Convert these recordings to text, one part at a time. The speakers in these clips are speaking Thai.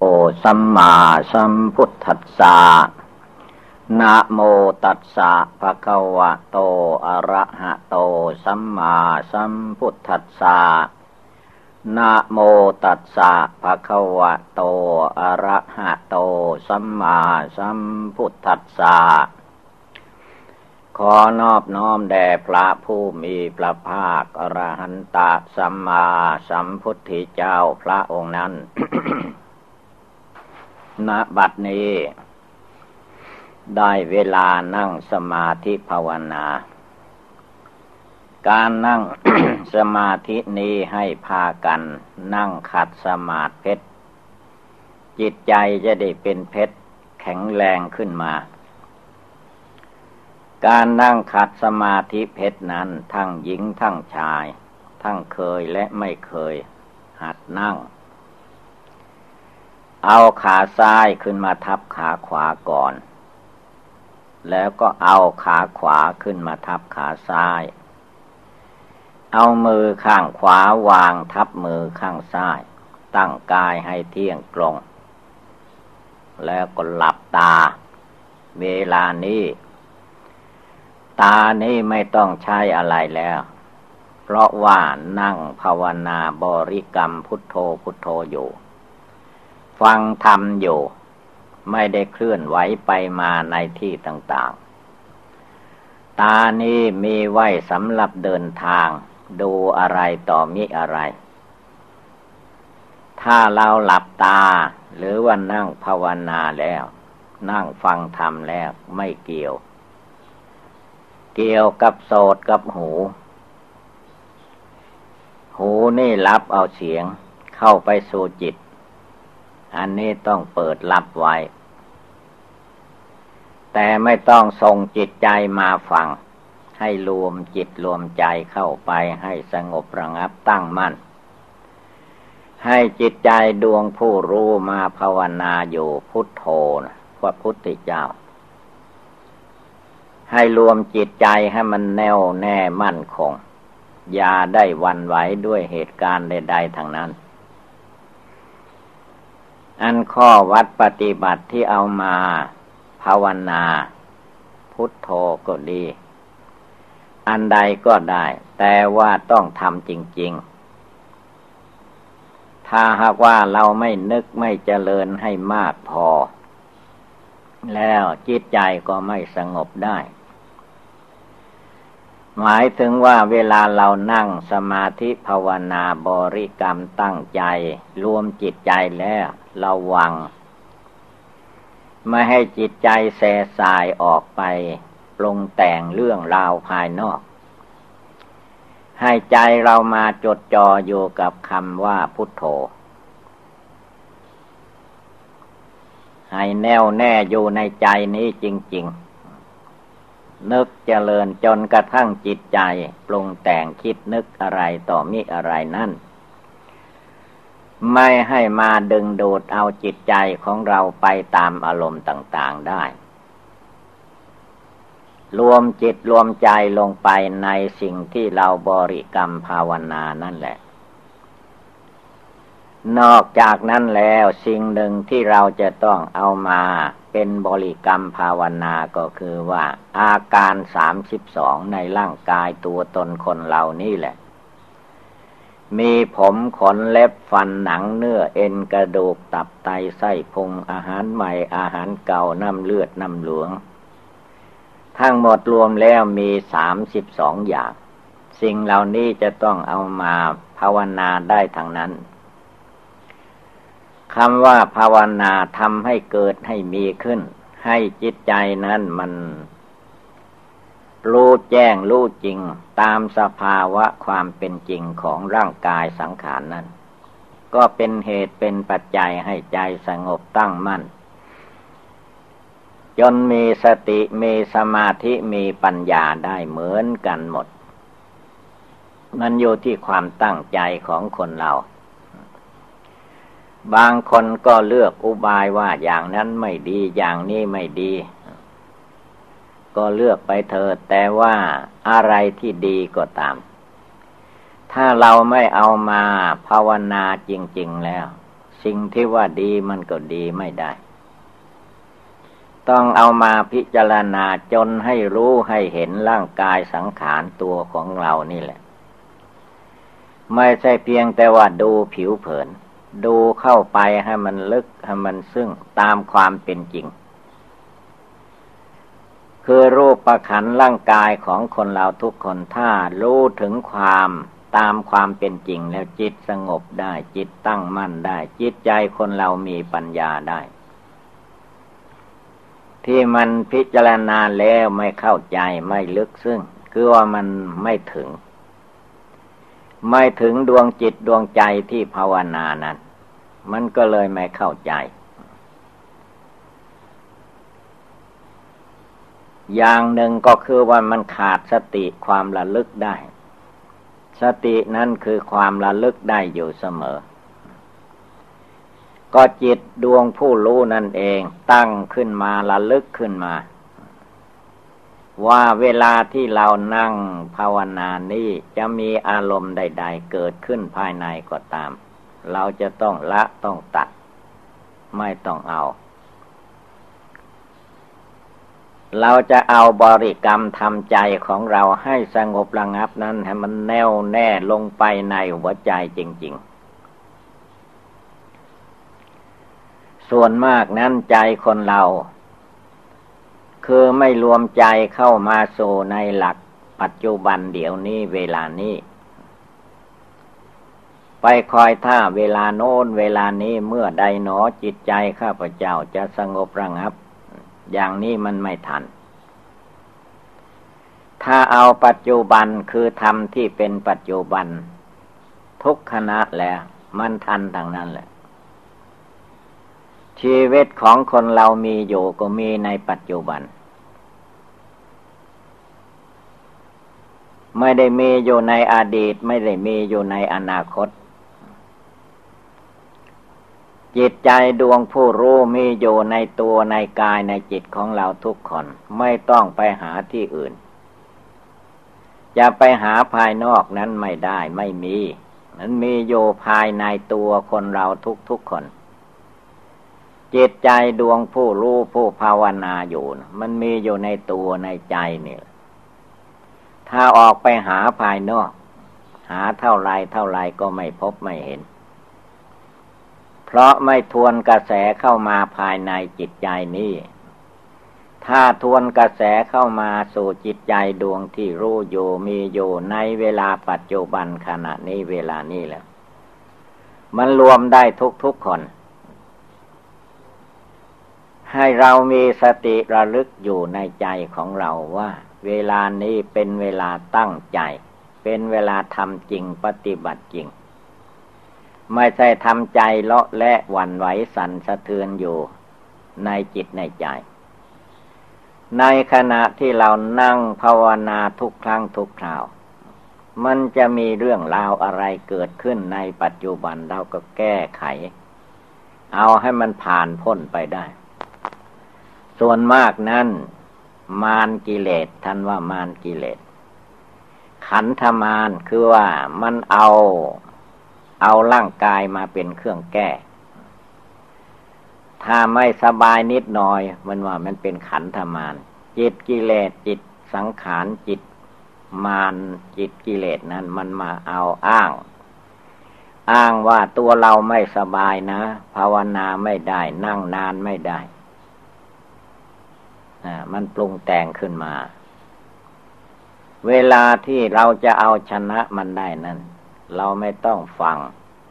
สัมมาสัมพุทธัสสะนะโมตัสสะภะคะวะโตอะระหะโตสัมมาสัมพุทธัสสะนะโมตัสสะภะคะวะโตอะระหะโตสัมมาสัมพุทธัสสะขอนอบน้อมแด่พระผู้มีพระภาคอรหันตสัมมาสัมพุทธเจ้าพระองค์นั้น ณ บัดนี้ได้เวลานั่งสมาธิภาวนาการนั่ง สมาธินี้ให้พากันนั่งขัดสมาธิเพชรจิตใจจะได้เป็นเพชรแข็งแรงขึ้นมาการนั่งขัดสมาธิเพชรนั้นทั้งหญิงทั้งชายทั้งเคยและไม่เคยหัดนั่งเอาขาซ้ายขึ้นมาทับขาขวาก่อนแล้วก็เอาขาขวาขึ้นมาทับขาซ้ายเอามือข้างขวาวางทับมือข้างซ้ายตั้งกายให้เที่ยงตรงแล้วก็หลับตาเวลานี้ตานี้ไม่ต้องใช้อะไรแล้วเพราะว่านั่งภาวนาบริกรรมพุทโธพุทโธอยู่ฟังธรรมอยู่ไม่ได้เคลื่อนไหวไปมาในที่ต่างๆตานี้มีไว้สำหรับเดินทางดูอะไรต่อมิอะไรถ้าเราหลับตาหรือว่านั่งภาวนาแล้วนั่งฟังธรรมแล้วไม่เกี่ยวกับโสตกับหูนี่รับเอาเสียงเข้าไปสู่จิตอันนี้ต้องเปิดรับไว้แต่ไม่ต้องส่งจิตใจมาฟังให้รวมจิตรวมใจเข้าไปให้สงบระงับตั้งมั่นให้จิตใจดวงผู้รู้มาภาวนาอยู่พุทโธพระพุทธเจ้าให้รวมจิตใจให้มันแน่วแน่มั่นคงอย่าได้หวั่นไหวด้วยเหตุการณ์ใดๆทั้งนั้นอันข้อวัดปฏิบัติที่เอามาภาวนาพุทโธก็ดีอันใดก็ได้แต่ว่าต้องทำจริงๆถ้าหากว่าเราไม่นึกไม่เจริญให้มากพอแล้วจิตใจก็ไม่สงบได้หมายถึงว่าเวลาเรานั่งสมาธิภาวนาบริกรรมตั้งใจรวมจิตใจแล้วระวังไม่ให้จิตใจแส่สายออกไปปรุงแต่งเรื่องราวภายนอกให้ใจเรามาจดจ่ออยู่กับคำว่าพุทโธให้แน่วแน่อยู่ในใจนี้จริงๆนึกเจริญจนกระทั่งจิตใจปรุงแต่งคิดนึกอะไรต่อมิอะไรนั่นไม่ให้มาดึงดูดเอาจิตใจของเราไปตามอารมณ์ต่างๆได้รวมจิตรวมใจลงไปในสิ่งที่เราบริกรรมภาวนานั่นแหละนอกจากนั้นแล้วสิ่งหนึ่งที่เราจะต้องเอามาเป็นบริกรรมภาวนาก็คือว่าอาการ32ในร่างกายตัวตนคนเรานี่แหละมีผมขนเล็บฟันหนังเนื้อเอ็นกระดูกตับไตไส้พุงอาหารใหม่อาหารเก่าน้ำเลือดน้ำเหลืองทั้งหมดรวมแล้วมี32อย่างสิ่งเหล่านี้จะต้องเอามาภาวนาได้ทั้งนั้นคำว่าภาวนาทำให้เกิดให้มีขึ้นให้จิตใจนั้นมันรู้แจ้งรู้จริงตามสภาวะความเป็นจริงของร่างกายสังขารนั้นก็เป็นเหตุเป็นปัจจัยให้ใจสงบตั้งมั่นจนมีสติมีสมาธิมีปัญญาได้เหมือนกันหมดมันอยู่ที่ความตั้งใจของคนเราบางคนก็เลือกอุบายว่าอย่างนั้นไม่ดีอย่างนี้ไม่ดีก็เลือกไปเถิดแต่ว่าอะไรที่ดีก็ตาม ถ้าเราไม่เอามาภาวนาจริงๆแล้วสิ่งที่ว่าดีมันก็ดีไม่ได้ต้องเอามาพิจารณาจนให้รู้ให้เห็นร่างกายสังขารตัวของเรานี่แหละไม่ใช่เพียงแต่ว่าดูผิวเผินดูเข้าไปให้มันลึกให้มันซึ้งตามความเป็นจริงคือรูปขันธ์ร่างกายของคนเราทุกคนถ้ารู้ถึงความตามความเป็นจริงแล้วจิตสงบได้จิตตั้งมั่นได้จิตใจคนเรามีปัญญาได้ที่มันพิจารณาแล้วไม่เข้าใจไม่ลึกซึ้งคือว่ามันไม่ถึงดวงจิตดวงใจที่ภาวนานั้นมันก็เลยไม่เข้าใจอย่างหนึ่งก็คือว่ามันขาดสติความระลึกได้สตินั้นคือความระลึกได้อยู่เสมอก็จิตดวงผู้รู้นั่นเองตั้งขึ้นมาระลึกขึ้นมาว่าเวลาที่เรานั่งภาวนานี้จะมีอารมณ์ใดๆเกิดขึ้นภายในก็ตามเราจะต้องละต้องตัดไม่ต้องเอาเราจะเอาบริกรรมทำใจของเราให้สงบระงับนั้นให้มันแน่วแน่ลงไปในหัวใจจริงๆส่วนมากนั้นใจคนเราคือไม่รวมใจเข้ามาสู่ในหลักปัจจุบันเดี๋ยวนี้เวลานี้ไปคอยท่าเวลาโน้นเวลานี้เมื่อใดหนอจิตใจข้าพเจ้าจะสงบระงับอย่างนี้มันไม่ทันถ้าเอาปัจจุบันคือธรรมที่เป็นปัจจุบันทุกขณะแล้วมันทันทางนั้นแหละชีวิตของคนเรามีอยู่ก็มีในปัจจุบันไม่ได้มีอยู่ในอดีตไม่ได้มีอยู่ในอนาคตจิตใจดวงผู้รู้มีอยู่ในตัวในกายในจิตของเราทุกคนไม่ต้องไปหาที่อื่นจะไปหาภายนอกนั้นไม่ได้ไม่มีมันมีอยู่ภายในตัวคนเราทุกๆคนจิตใจดวงผู้รู้ผู้ภาวนาอยู่มันมีอยู่ในตัวในใจนี่ถ้าออกไปหาภายนอกหาเท่าไรก็ไม่พบไม่เห็นเพราะไม่ทวนกระแสเข้ามาภายในจิตใจนี้ถ้าทวนกระแสเข้ามาสู่จิตใจดวงที่รู้อยู่มีอยู่ในเวลาปัจจุบันขณะนี้เวลานี้แหละมันรวมได้ทุกคนให้เรามีสติระลึกอยู่ในใจของเราว่าเวลานี้เป็นเวลาตั้งใจเป็นเวลาทำจริงปฏิบัติจริงไม่ใช่ทำใจเลาะและหวั่นไหวสั่นสะเทือนอยู่ในจิตในใจในขณะที่เรานั่งภาวนาทุกครั้งทุกคราวมันจะมีเรื่องราวอะไรเกิดขึ้นในปัจจุบันเราก็แก้ไขเอาให้มันผ่านพ้นไปได้ส่วนมากนั้นมารกิเลสท่านว่ามารกิเลสขันธมารคือว่ามันเอาร่างกายมาเป็นเครื่องแก้ถ้าไม่สบายนิดหน่อยมันว่ามันเป็นขันธมารจิตกิเลสจิตสังขารจิตมารจิตกิเลสนั้นมันมาเอาอ้างว่าตัวเราไม่สบายนะภาวนาไม่ได้นั่งนานไม่ได้มันปรุงแต่งขึ้นมาเวลาที่เราจะเอาชนะมันได้นั้นเราไม่ต้องฟัง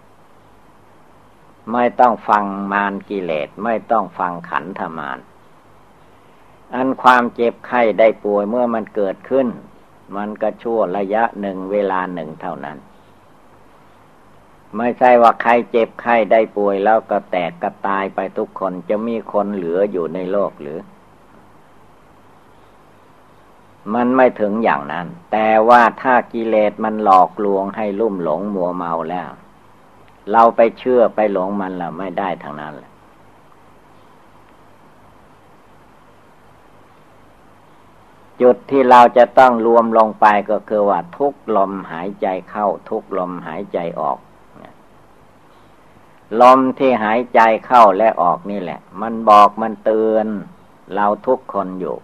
มารกิเลสไม่ต้องฟังขันธมารอันความเจ็บไข้ได้ป่วยเมื่อมันเกิดขึ้นมันก็ชั่วระยะหนึ่งเวลาหนึ่งเท่านั้นไม่ใช่ว่าใครเจ็บไข้ได้ป่วยแล้วก็แตกกระตายไปทุกคนจะมีคนเหลืออยู่ในโลกหรือมันไม่ถึงอย่างนั้นแต่ว่าถ้ากิเลสมันหลอกลวงให้ลุ่มหลงมัวเมาแล้วเราไปเชื่อไปหลงมันแล้วไม่ได้ทางนั้นแหละจุดที่เราจะต้องรวมลงไปก็คือว่าทุกลมหายใจเข้าทุกลมหายใจออกลมที่หายใจเข้าและออกนี่แหละมันบอกมันเตือนเราทุกคนอยู่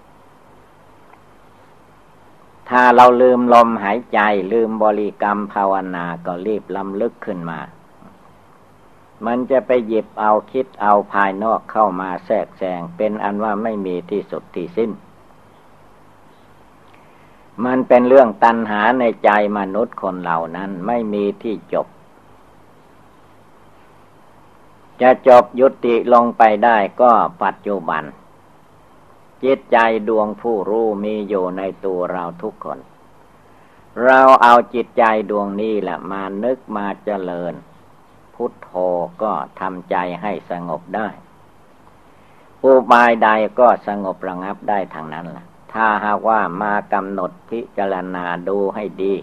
ถ้าเราลืมลมหายใจลืมบริกรรมภาวนาก็รีบลำลึกขึ้นมามันจะไปหยิบเอาคิดเอาภายนอกเข้ามาแทรกแซงเป็นอันว่าไม่มีที่สุดที่สิ้นมันเป็นเรื่องตัณหาในใจมนุษย์คนเหล่านั้นไม่มีที่จบจะจบยุติลงไปได้ก็ปัจจุบันจิตใจดวงผู้รู้มีอยู่ในตัวเราทุกคนเราเอาจิตใจดวงนี้แหละมานึกมาเจริญพุทโธก็ทำใจให้สงบได้อุบายใดก็สงบระงับได้ทางนั้นล่ะถ้าหากว่ามากำหนดพิจารณาดูให้ดี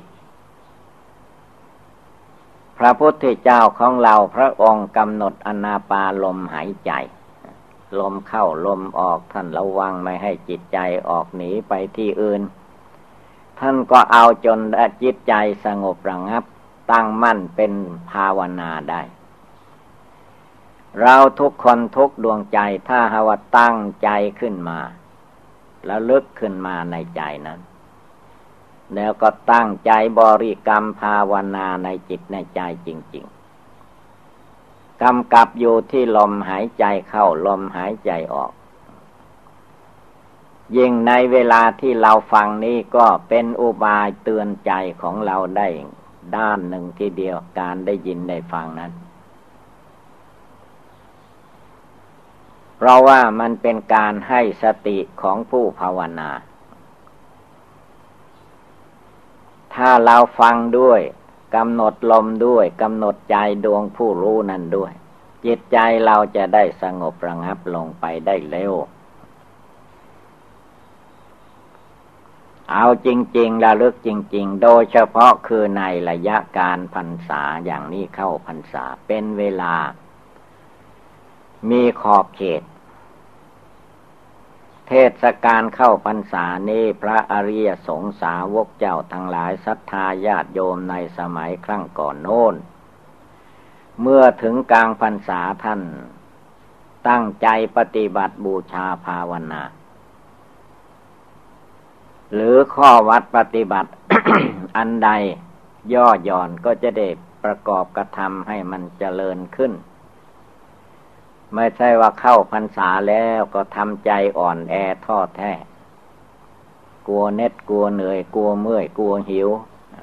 พระพุทธเจ้าของเราพระองค์กำหนดอานาปานลมหายใจลมเข้าลมออกท่านระวังไม่ให้จิตใจออกหนีไปที่อื่นท่านก็เอาจนจิตใจสงบระงับตั้งมั่นเป็นภาวนาได้เราทุกคนทุกดวงใจถ้าหากว่าตั้งใจขึ้นมาแล้วลึกขึ้นมาในใจนั้นแล้วก็ตั้งใจบริกรรมภาวนาในจิตในใจจริงๆกำกับอยู่ที่ลมหายใจเข้าลมหายใจออกยิ่งในเวลาที่เราฟังนี้ก็เป็นอุบายเตือนใจของเราได้ด้านหนึ่งทีเดียวการได้ยินได้ฟังนั้นเพราะว่ามันเป็นการให้สติของผู้ภาวนาถ้าเราฟังด้วยกำหนดลมด้วยกำหนดใจดวงผู้รู้นั้นด้วยจิตใจเราจะได้สงบระงับลงไปได้เร็วเอาจริงๆระลึกจริงๆโดยเฉพาะคือในระยะการพรรษาอย่างนี้เข้าพรรษาเป็นเวลามีขอบเขตเทศกาลเข้าพรรษานี้พระอริยสงฆ์สาวกเจ้าทั้งหลายศรัทธาญาติโยมในสมัยครั้งก่อนโน้นเมื่อถึงกลางพรรษาท่านตั้งใจปฏิบัติบูชาภาวนาหรือข้อวัดปฏิบัติ อันใดย่อหย่อนก็จะได้ประกอบกระทำให้มันเจริญขึ้นไม่ใช่ว่าเข้าพรรษาแล้วก็ทำใจอ่อนแอท้อแท้กลัวเหน็ดกลัวเหนื่อยกลัวเมื่อยกลัวหิว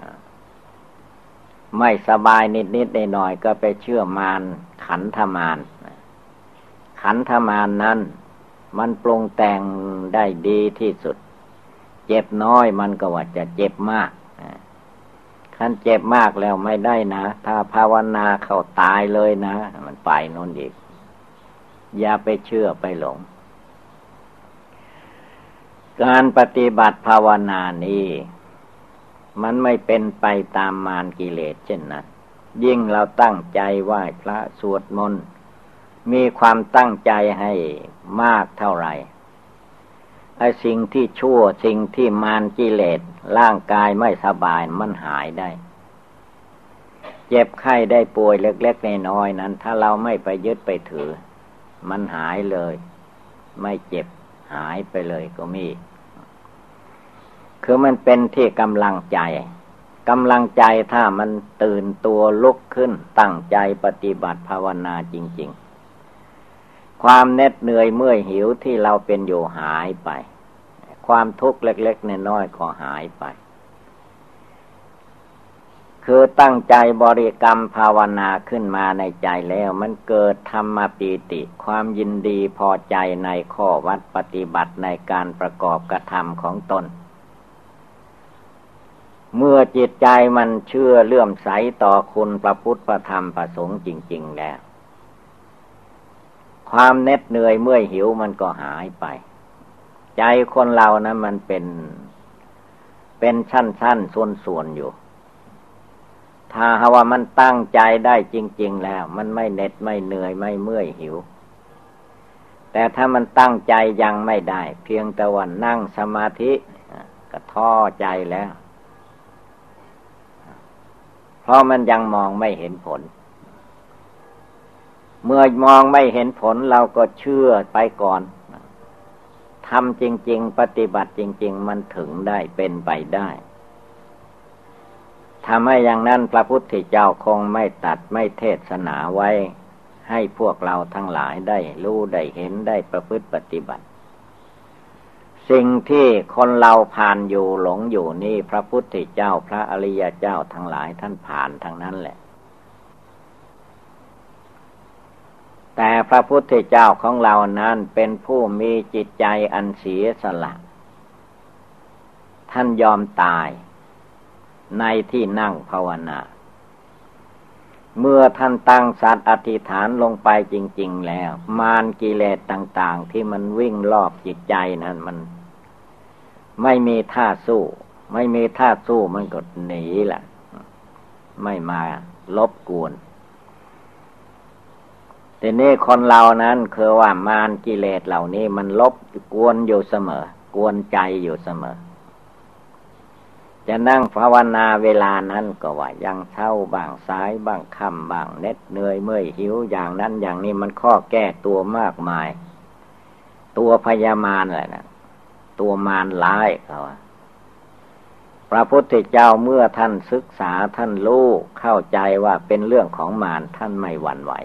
ไม่สบายนิดๆหน่อยๆก็ไปเชื่อมารขันธมารขันธมารนั้นมันปรุงแต่งได้ดีที่สุดเจ็บน้อยมันก็ว่าจะเจ็บมากขั้นเจ็บมากแล้วไม่ได้นะถ้าภาวนาเข้าตายเลยนะมันไปโน่นอีกอย่าไปเชื่อไปหลงการปฏิบัติภาวนานี้มันไม่เป็นไปตามมารกิเลสเช่นนั้นยิ่งเราตั้งใจไหว้พระสวดมนต์มีความตั้งใจให้มากเท่าไหร่ไอ้สิ่งที่ชั่วสิ่งที่มารกิเลสร่างกายไม่สบายมันหายได้เจ็บไข้ได้ป่วยเล็กๆน้อยๆนั้นถ้าเราไม่ไปยึดไปถือมันหายเลยไม่เจ็บหายไปเลยก็มีคือมันเป็นที่กำลังใจถ้ามันตื่นตัวลุกขึ้นตั้งใจปฏิบัติภาวนาจริงๆความเหน็ดเหนื่อยเมื่อยหิวที่เราเป็นอยู่หายไปความทุกข์เล็กๆน้อยๆก็หายไปคือตั้งใจบริกรรมภาวนาขึ้นมาในใจแล้วมันเกิดธรรมปีติความยินดีพอใจในข้อวัดปฏิบัติในการประกอบกระทำของตนเมื่อจิตใจมันเชื่อเลื่อมใสต่อคุณพระพุทธพระธรรมพระสงฆ์จริงๆแล้วความเหน็ดเหนื่อยเมื่อยหิวมันก็หายไปใจคนเรานะมันเป็นชั้นๆส่วนๆอยู่ถ้าหากว่ามันตั้งใจได้จริงๆแล้วมันไม่เหน็ดไม่เหนื่อยไม่เมื่อยหิวแต่ถ้ามันตั้งใจยังไม่ได้เพียงแต่ว่านั่งสมาธิก็ท้อใจแล้วเพราะมันยังมองไม่เห็นผลเมื่อมองไม่เห็นผลเราก็เชื่อไปก่อนทำจริงๆปฏิบัติจริงๆมันถึงได้เป็นไปได้ทำให้อย่างนั้นพระพุทธเจ้าคงไม่ตัดไม่เทศนาไว้ให้พวกเราทั้งหลายได้รู้ได้เห็นได้ประพฤติปฏิบัติสิ่งที่คนเราผ่านอยู่หลงอยู่นี่พระพุทธเจ้าพระอริยเจ้าทั้งหลายท่านผ่านทั้งนั้นแหละแต่พระพุทธเจ้าของเรานั้นเป็นผู้มีจิตใจอันเสียสละท่านยอมตายในที่นั่งภาวนาเมื่อท่านตั้งสัตย์อธิษฐานลงไปจริงๆแล้วมารกิเลสต่างๆที่มันวิ่งรอบจิตใจนั้นมันไม่มีท่าสู้ไม่มีท่าสู้มันก็หนีแหละไม่มารบกวนแต่นี่คนเรานั้นคือว่ามารกิเลสเหล่านี้มันรบกวนอยู่เสมอกวนใจอยู่เสมอจะนั่งภาวนาเวลานั้นก็ว่ายังเช้าบ้างสายบ้างค่ำบ้างเหน็ดเหนื่อยเมื่อยหิวอย่างนั้นอย่างนี้มันข้อแก้ตัวมากมายตัวพยามารแหละนะตัวมารร้ายเขาพระพุทธเจ้าเมื่อท่านศึกษาท่านรู้เข้าใจว่าเป็นเรื่องของมารท่านไม่หวั่นไหว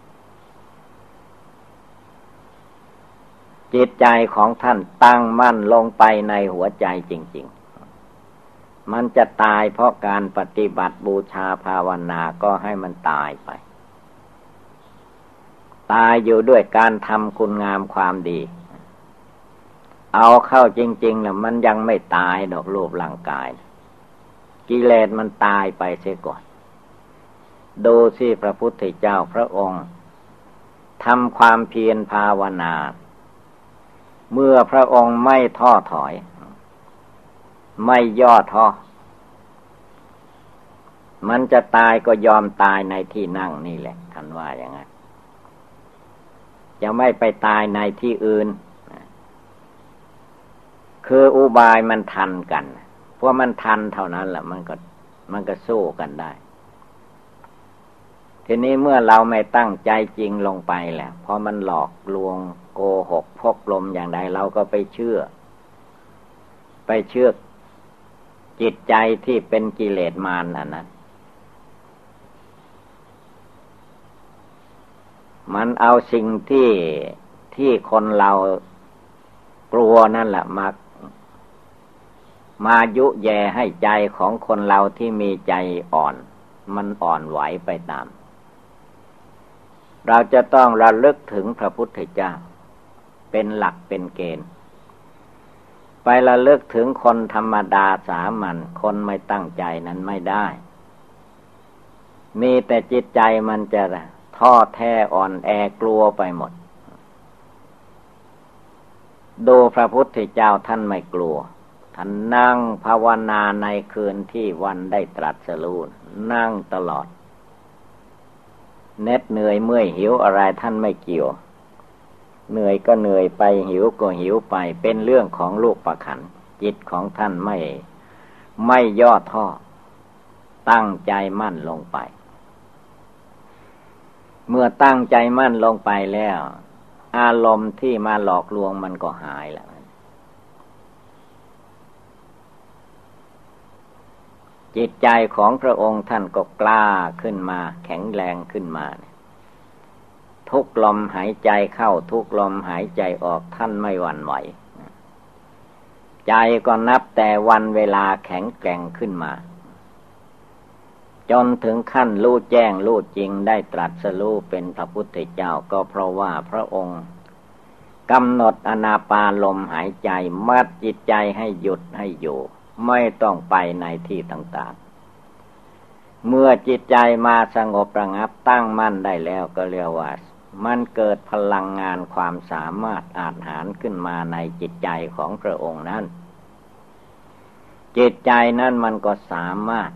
จิตใจของท่านตั้งมั่นลงไปในหัวใจจริงๆมันจะตายเพราะการปฏิบัติบูชาภาวนาก็ให้มันตายไปตายอยู่ด้วยการทำคุณงามความดีเอาเข้าจริงๆแล้วมันยังไม่ตายดอกรูปร่างกายกิเลสมันตายไปเสียก่อนดูสิพระพุทธเจ้าพระองค์ทำความเพียรภาวนาเมื่อพระองค์ไม่ท้อถอยไม่ย่อท้อมันจะตายก็ยอมตายในที่นั่งนี่แหละท่านว่าอย่างนั้นจะไม่ไปตายในที่อื่นคืออุบายมันทันกันเพราะมันทันเท่านั้นแหละมันก็สู้กันได้ทีนี้เมื่อเราไม่ตั้งใจจริงลงไปแหละเพราะมันหลอกลวงโกหกพกลมอย่างใดเราก็ไปเชื่อจิตใจที่เป็นกิเลสมารอันนั้นมันเอาสิ่งที่คนเรากลัวนั่นแหละมายุแยให้ใจของคนเราที่มีใจอ่อนมันอ่อนไหวไปตามเราจะต้องระลึกถึงพระพุทธเจ้าเป็นหลักเป็นเกณฑ์ไประลึกถึงคนธรรมดาสามัญคนไม่ตั้งใจนั้นไม่ได้มีแต่จิตใจมันจะท้อแท้อ่อนแอกลัวไปหมดดูพระพุทธเจ้าท่านไม่กลัวท่านนั่งภาวนาในคืนที่วันได้ตรัสรู้นั่งตลอดเหน็ดเหนื่อยเมื่อยหิวอะไรท่านไม่เกี่ยวเหนื่อยก็เหนื่อยไปหิวก็หิวไปเป็นเรื่องของลูกประขันจิตของท่านไม่ย่อท้อตั้งใจมั่นลงไปเมื่อตั้งใจมั่นลงไปแล้วอารมณ์ที่มาหลอกลวงมันก็หายแล้วจิตใจของพระองค์ท่านก็กล้าขึ้นมาแข็งแรงขึ้นมาทุกลมหายใจเข้าทุกลมหายใจออกท่านไม่หวั่นไหวใจก็นับแต่วันเวลาแข็งแกร่งขึ้นมาจนถึงขั้นรู้แจ้งรู้จริงได้ตรัสรู้เป็นพระพุทธเจ้าก็เพราะว่าพระองค์กำหนดอานาปานลมหายใจมัดจิตใจให้หยุดให้อยู่ไม่ต้องไปในที่ต่างๆเมื่อจิตใจมาสงบระงับตั้งมั่นได้แล้วก็เรียกว่ามันเกิดพลังงานความสามารถอาจหาญขึ้นมาในจิตใจของพระองค์นั้นจิตใจนั้นมันก็สามารถ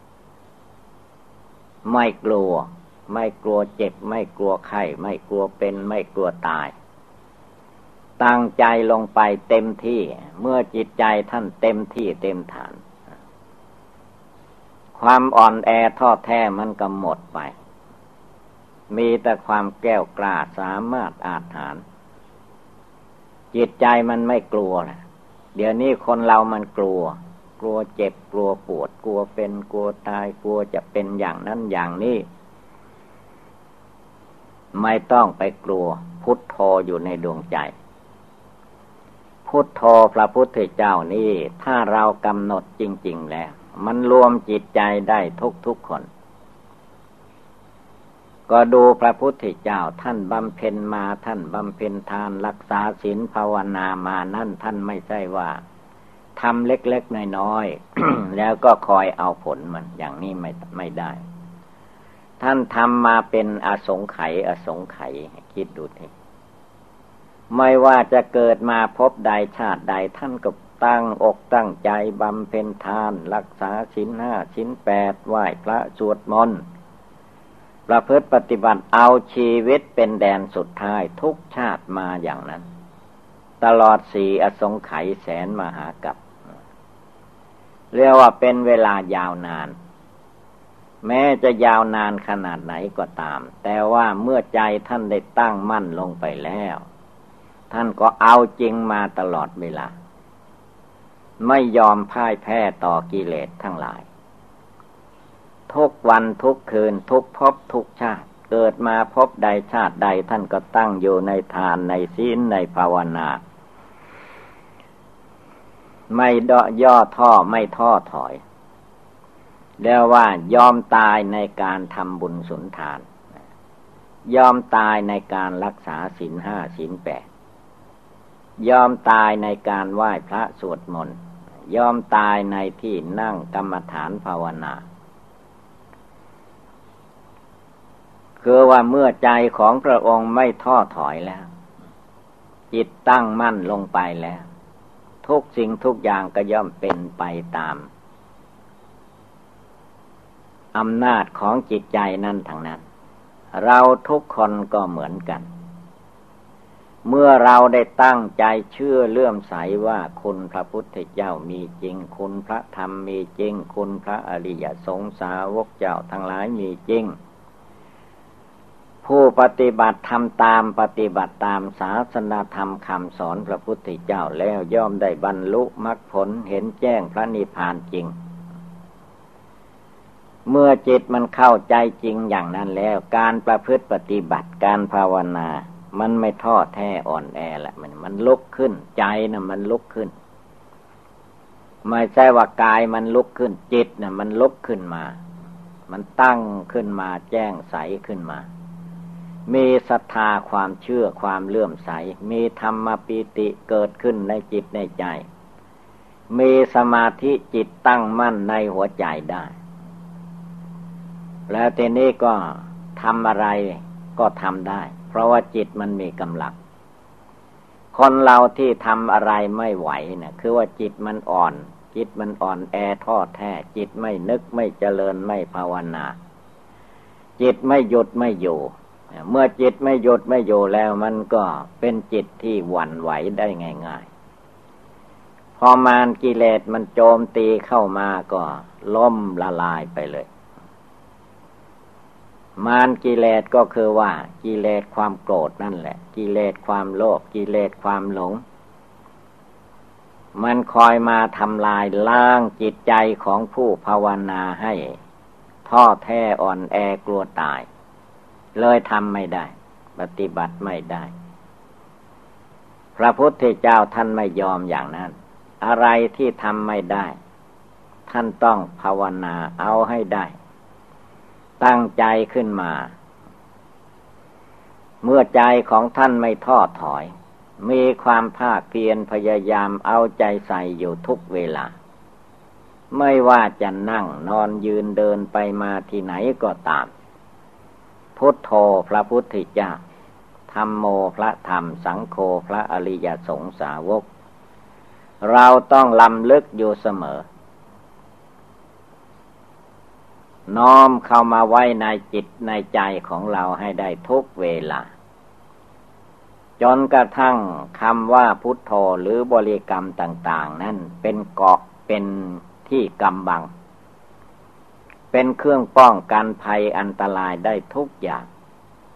ไม่กลัวเจ็บไม่กลัวไข้ไม่กลัวเป็นไม่กลัวตายตั้งใจลงไปเต็มที่เมื่อจิตใจท่านเต็มที่เต็มฐานความอ่อนแอท้อแท้มันก็หมดไปมีแต่ความแก้วกล้าสามารถอาจหาญจิตใจมันไม่กลัวนะเดี๋ยวนี้คนเรามันกลัวเจ็บกลัวปวดกลัวเป็นกลัวตายกลัวจะเป็นอย่างนั้นอย่างนี้ไม่ต้องไปกลัวพุทโธอยู่ในดวงใจพุทโธพระพุทธเจ้านี่ถ้าเรากำหนดจริงๆแล้วมันรวมจิตใจได้ทุกคนก็ดูพระพุทธเจ้าท่านบำเพ็ญมาท่านบำเพ็ญทานรักษาศีลภาวนามานั่นท่านไม่ใช่ว่าทำเล็กๆน้อยๆ แล้วก็คอยเอาผลมันอย่างนี้ไม่ได้ท่านทำมาเป็นอสงไขยคิดดูทีไม่ว่าจะเกิดมาพบใดชาติใดท่านก็ตั้งอกตั้งใจบำเพ็ญทานรักษาศีล 5 ศีล 8ไหว้พระสวดมนต์ประพฤติปฏิบัติเอาชีวิตเป็นแดนสุดท้ายทุกชาติมาอย่างนั้นตลอด4 อสงไขยแสนมหากัปเรียกว่าเป็นเวลายาวนานแม้จะยาวนานขนาดไหนก็ตามแต่ว่าเมื่อใจท่านได้ตั้งมั่นลงไปแล้วท่านก็เอาจริงมาตลอดเวลาไม่ยอมพ่ายแพ้ต่อกิเลสทั้งหลายทุกวันทุกคืนทุกภพทุกชาติเกิดมาพบใดชาติใดท่านก็ตั้งอยู่ในทานในศีลในภาวนาไม่ย่อท้อไม่ท้อถอยเรียกว่ายอมตายในการทำบุญสุนทานยอมตายในการรักษาศีล 5 ศีล 8ยอมตายในการไหว้พระสวดมนต์ยอมตายในที่นั่งกรรมฐานภาวนาคือว่าเมื่อใจของพระองค์ไม่ท้อถอยแล้วจิตตั้งมั่นลงไปแล้วทุกสิ่งทุกอย่างก็ย่อมเป็นไปตามอำนาจของจิตใจนั่นทั้งนั้นเราทุกคนก็เหมือนกันเมื่อเราได้ตั้งใจเชื่อเลื่อมใสว่าคุณพระพุทธเจ้ามีจริงคุณพระธรรมมีจริงคุณพระอริยสงฆ์สาวกเจ้าทั้งหลายมีจริงผู้ปฏิบัติทำตามปฏิบัติตามศาสนาธรรมคำสอนพระพุทธเจ้าแล้วย่อมได้บรรลุมรรคผลเห็นแจ้งพระนิพพานจริงเมื่อจิตมันเข้าใจจริงอย่างนั้นแล้วการประพฤติปฏิบัติการภาวนามันไม่ท้อแท้อ่อนแอละมันลุกขึ้นใจนะมันลุกขึ้นไม่ใช่ว่ากายมันลุกขึ้นจิตนะมันลุกขึ้นมามันตั้งขึ้นมาแจ้งใสขึ้นมามีศรัทธาความเชื่อความเลื่อมใสมีธรรมปีติเกิดขึ้นในจิตในใจมีสมาธิจิตตั้งมั่นในหัวใจได้แล้วทีนี้ก็ทำอะไรก็ทำได้เพราะว่าจิตมันมีกำลังคนเราที่ทำอะไรไม่ไหวนะคือว่าจิตมันอ่อนจิตมันอ่อนแอท้อแท้จิตไม่นึกไม่เจริญไม่ภาวนาจิตไม่หยุดไม่อยู่เมื่อจิตไม่หยุดไม่อยู่แล้วมันก็เป็นจิตที่หวั่นไหวได้ง่ายๆพอมารกิเลสมันโจมตีเข้ามาก็ล้มละลายไปเลยมารกิเลสก็คือว่ากิเลสความโกรธนั่นแหละกิเลสความโลภกิเลสความหลงมันคอยมาทำลายล้างจิตใจของผู้ภาวนาให้ท้อแท้อ่อนแอกลัวตายเลยทำไม่ได้ปฏิบัติไม่ได้พระพุทธเจ้าท่านไม่ยอมอย่างนั้นอะไรที่ทำไม่ได้ท่านต้องภาวนาเอาให้ได้ตั้งใจขึ้นมาเมื่อใจของท่านไม่ท้อถอยมีความภาคเพียรพยายามเอาใจใส่อยู่ทุกเวลาไม่ว่าจะนั่งนอนยืนเดินไปมาที่ไหนก็ตามพุทโธพระพุทธเจ้าธัมโมพระธรรมสังโฆพระอริยสงฆ์สาวกเราต้องลำลึกอยู่เสมอน้อมเข้ามาไว้ในจิตในใจของเราให้ได้ทุกเวลาจนกระทั่งคำว่าพุทโธหรือบริกรรมต่างๆนั้นเป็นเกาะเป็นที่กำบังเป็นเครื่องป้องกันภัยอันตรายได้ทุกอย่าง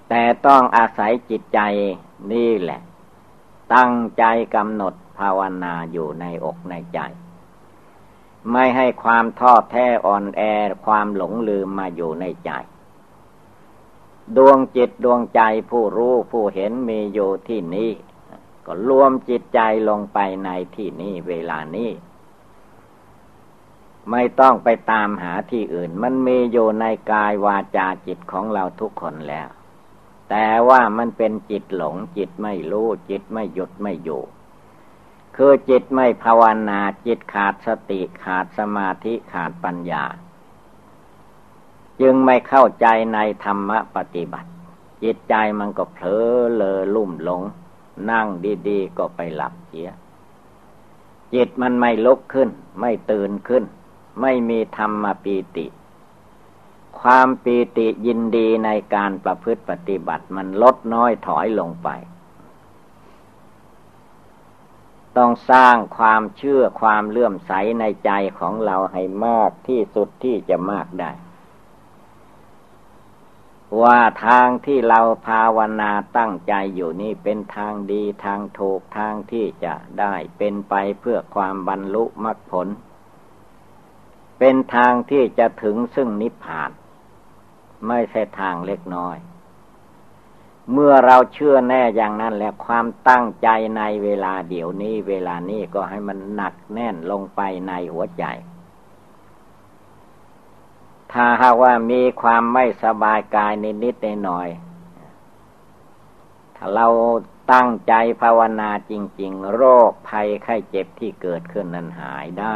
แต่ต้องอาศัยจิตใจนี่แหละตั้งใจกำหนดภาวนาอยู่ในอกในใจไม่ให้ความท้อแท้อ่อนแอความหลงลืมมาอยู่ในใจดวงจิตดวงใจผู้รู้ผู้เห็นมีอยู่ที่นี้ก็รวมจิตใจลงไปในที่นี้เวลานี้ไม่ต้องไปตามหาที่อื่นมันมีอยู่ในกายวาจาจิตของเราทุกคนแล้วแต่ว่ามันเป็นจิตหลงจิตไม่รู้จิตไม่หยุดไม่อยู่คือจิตไม่ภาวนาจิตขาดสติขาดสมาธิขาดปัญญาจึงไม่เข้าใจในธรรมปฏิบัติจิตใจมันก็เผลอเลอลุ่มหลงนั่งดีๆก็ไปหลับเสียจิตมันไม่ลุกขึ้นไม่ตื่นขึ้นไม่มีธรรมปีติความปีติยินดีในการประพฤติปฏิบัติมันลดน้อยถอยลงไปต้องสร้างความเชื่อความเลื่อมใสในใจของเราให้มากที่สุดที่จะมากได้ว่าทางที่เราภาวนาตั้งใจอยู่นี่เป็นทางดีทางถูกทางที่จะได้เป็นไปเพื่อความบรรลุมรรคผลเป็นทางที่จะถึงซึ่งนิพพานไม่ใช่ทางเล็กน้อยเมื่อเราเชื่อแน่อย่างนั้นแล้วความตั้งใจในเวลาเดี๋ยวนี้เวลานี้ก็ให้มันหนักแน่นลงไปในหัวใจถ้าหากว่ามีความไม่สบายกายนิดๆหน่อยๆถ้าเราตั้งใจภาวนาจริงๆโรคภัยไข้เจ็บที่เกิดขึ้นนั้นหายได้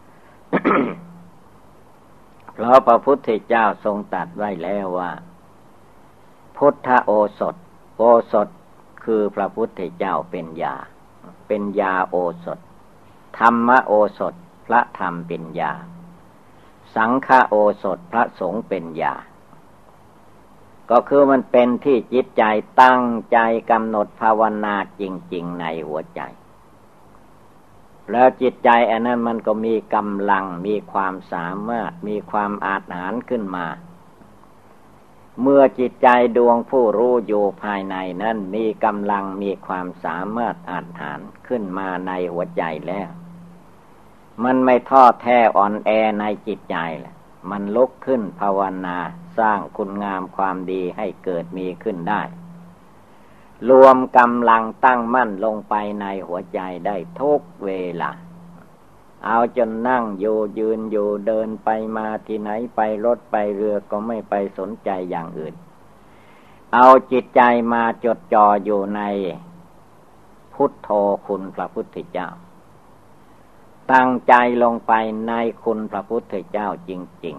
เพราะพระพุทธเจ้าทรงตรัสไว้แล้วว่าพุทธโอสถโอสถคือพระพุทธเจ้าเป็นยาโอสถธรรมโอสถพระธรรมเป็นยาสังฆโอสถพระสงฆ์เป็นยาก็คือมันเป็นที่จิตใจตั้งใจกำหนดภาวนาจริงๆในหัวใจแล้วจิตใจอันนั้นมันก็มีกำลังมีความสามารถมีความอาจหาญขึ้นมาเมื่อจิตใจดวงผู้รู้อยู่ภายในนั้นมีกำลังมีความสามารถอาจหาญขึ้นมาในหัวใจแล้วมันไม่ท้อแท้อ่อนแอในจิตใจแหละมันลุกขึ้นภาวนาสร้างคุณงามความดีให้เกิดมีขึ้นได้รวมกำลังตั้งมั่นลงไปในหัวใจได้ทุกเวลาเอาจนนั่งอยู่ยืนอยู่เดินไปมาที่ไหนไปรถไปเรือก็ไม่ไปสนใจอย่างอื่นเอาจิตใจมาจดจ่ออยู่ในพุทโธคุณพระพุทธเจ้าตั้งใจลงไปในคุณพระพุทธเจ้าจริง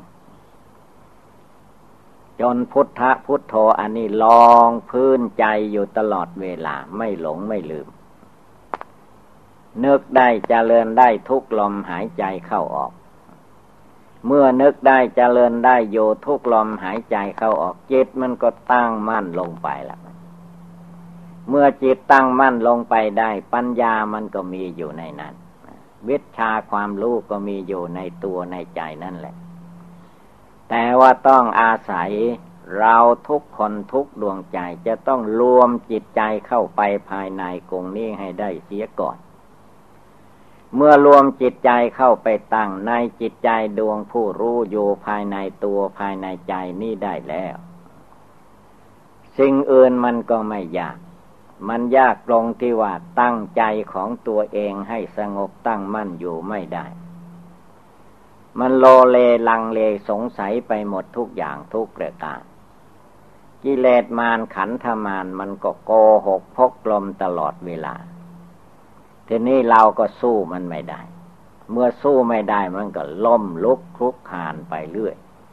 ๆจนพุทธะพุทโธอันนี้ลองพื้นใจอยู่ตลอดเวลาไม่หลงไม่ลืมนึกได้เจริญได้ทุกลมหายใจเข้าออกเมื่อนึกได้เจริญได้โยทุกลมหายใจเข้าออกจิตมันก็ตั้งมั่นลงไปแล้วเมื่อจิตตั้งมั่นลงไปได้ปัญญามันก็มีอยู่ในนั้นวิชาความรู้ก็มีอยู่ในตัวในใจนั่นแหละแต่ว่าต้องอาศัยเราทุกคนทุกดวงใจจะต้องรวมจิตใจเข้าไปภายในกรงนี้ให้ได้เสียก่อนเมื่อรวมจิตใจเข้าไปตั้งในจิตใจดวงผู้รู้อยู่ภายในตัวภายในใจนี่ได้แล้วสิ่งอื่นมันก็ไม่ยากมันยากตรงที่ว่าตั้งใจของตัวเองให้สงบตั้งมั่นอยู่ไม่ได้มันโลเลลังเลสงสัยไปหมดทุกอย่างทุกประการกิเลสมารขันธมารมันก็โกหกพกลมตลอดเวลาทีนี้เราก็สู้มันไม่ได้เมื่อสู้ไม่ได้มันก็ล้มลุกคลุกคลานไปเรื่อย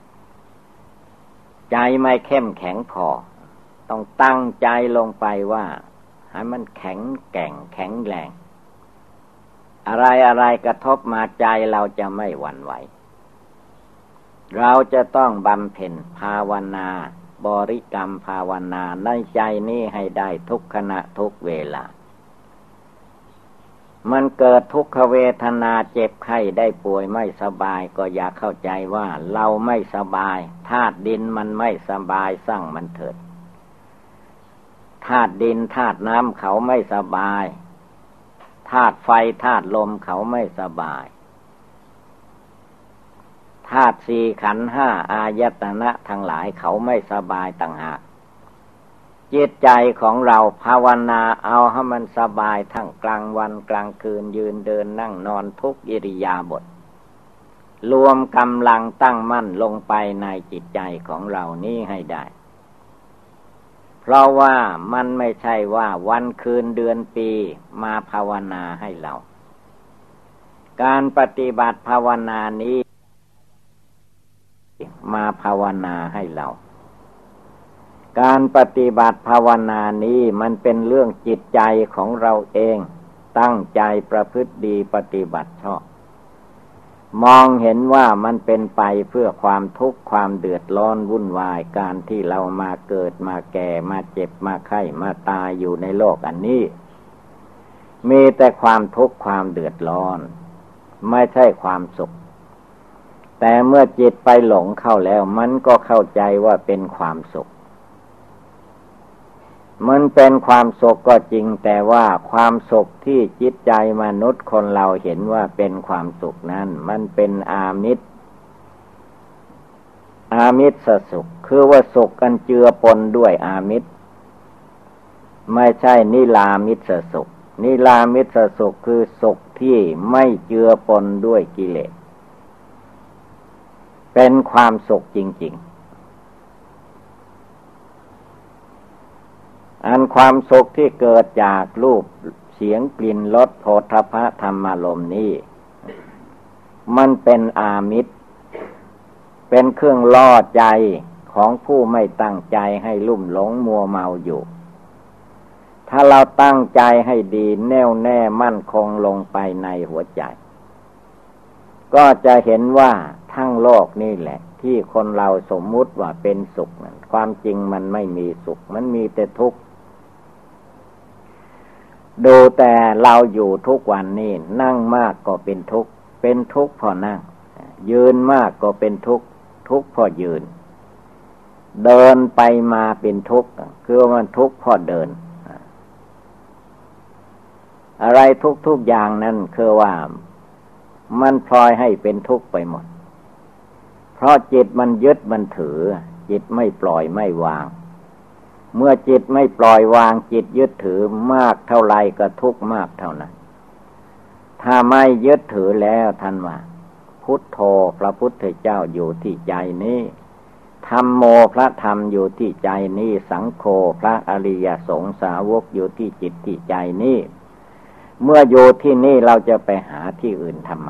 ใจไม่เข้มแข็งพอต้องตั้งใจลงไปว่าให้มันแข็งแกร่งแข็งแรงอะไรกระทบมาใจเราจะไม่หวั่นไหวเราจะต้องบำเพ็ญภาวนาบริกรรมภาวนาในใจนี้ให้ได้ทุกขณะทุกเวลามันเกิดทุกขเวทนาเจ็บไข้ได้ป่วยไม่สบายก็อย่าเข้าใจว่าเราไม่สบายธาตุดินมันไม่สบายสั่งมันเถิดธาตุดินธาตุน้ำเขาไม่สบายธาตุไฟธาตุลมเขาไม่สบายธาตุสี่ขันธ์ห้าอายตนะทั้งหลายเขาไม่สบายต่างหากจิตใจของเราภาวนาเอาให้มันสบายทั้งกลางวันกลางคืนยืนเดินนั่งนอนทุกอิริยาบถรวมกำลังตั้งมั่นลงไปในจิตใจของเรานี้ให้ได้เพราะว่ามันไม่ใช่ว่าวันคืนเดือนปีมาภาวนาให้เราการปฏิบัติภาวนานี้มาภาวนาให้เราการปฏิบัติภาวนานี้มันเป็นเรื่องจิตใจของเราเองตั้งใจประพฤติดีปฏิบัติชอบมองเห็นว่ามันเป็นไปเพื่อความทุกข์ความเดือดร้อนวุ่นวายการที่เรามาเกิดมาแก่มาเจ็บมาไข้มาตายอยู่ในโลกอันนี้มีแต่ความทุกข์ความเดือดร้อนไม่ใช่ความสุขแต่เมื่อจิตไปหลงเข้าแล้วมันก็เข้าใจว่าเป็นความสุขมันเป็นความสุขก็จริงแต่ว่าความสุขที่จิตใจมนุษย์คนเราเห็นว่าเป็นความสุขนั้นมันเป็นอามิตรสุขคือว่าสุขกันเจือปนด้วยอามิตรไม่ใช่นิรามิตสุขนิรามิตสุขคือสุขที่ไม่เจือปนด้วยกิเลสเป็นความสุขจริงๆอันความสุขที่เกิดจากรูปเสียงกลิ่นรสโผฏฐัพพะธรรมารมณ์นี้มันเป็นอามิตรเป็นเครื่องล่อใจของผู้ไม่ตั้งใจให้ลุ่มหลงมัวเมาอยู่ถ้าเราตั้งใจให้ดีแน่วแน่มั่นคงลงไปในหัวใจก็จะเห็นว่าทั้งโลกนี่แหละที่คนเราสมมุติว่าเป็นสุขนั้นความจริงมันไม่มีสุขมันมีแต่ทุกข์ดูแต่เราอยู่ทุกวันนี้นั่งมากก็เป็นทุกข์เป็นทุกข์เพราะนั่งยืนมากก็เป็นทุกข์ทุกข์เพราะยืนเดินไปมาเป็นทุกข์คือมันทุกข์เพราะเดินอะไรทุกอย่างนั้นคือว่ามันพลอยให้เป็นทุกข์ไปหมดเพราะจิตมันยึดมันถือจิตไม่ปล่อยไม่วางเมื่อจิตไม่ปล่อยวางจิตยึดถือมากเท่าไรก็ทุกข์มากเท่านั้นถ้าไม่ยึดถือแล้วท่านว่าพุทโธพระพุทธเจ้าอยู่ที่ใจนี้ธัมโมพระธรรมอยู่ที่ใจนี้สังโฆพระอริยสงฆ์สาวกอยู่ที่จิตที่ใจนี้เมื่ออยู่ที่นี่เราจะไปหาที่อื่นทำไม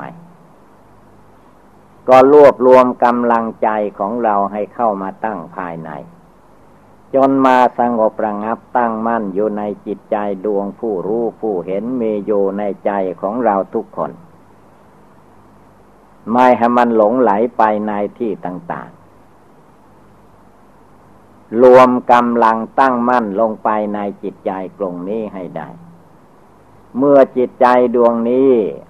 ก็รวบรวมกำลังใจของเราให้เข้ามาตั้งภายในจนมาสงบระงับตั้งมั่นอยู่ในจิตใจดวงผู้รู้ผู้เห็นมีอยู่ในใจของเราทุกคนไม่ให้มันหลงไหลไปในที่ต่างๆรวมกำลังตั้งมั่นลงไปในจิตใจตรงนี้ให้ได้เมื่อจิตใจดวงนี้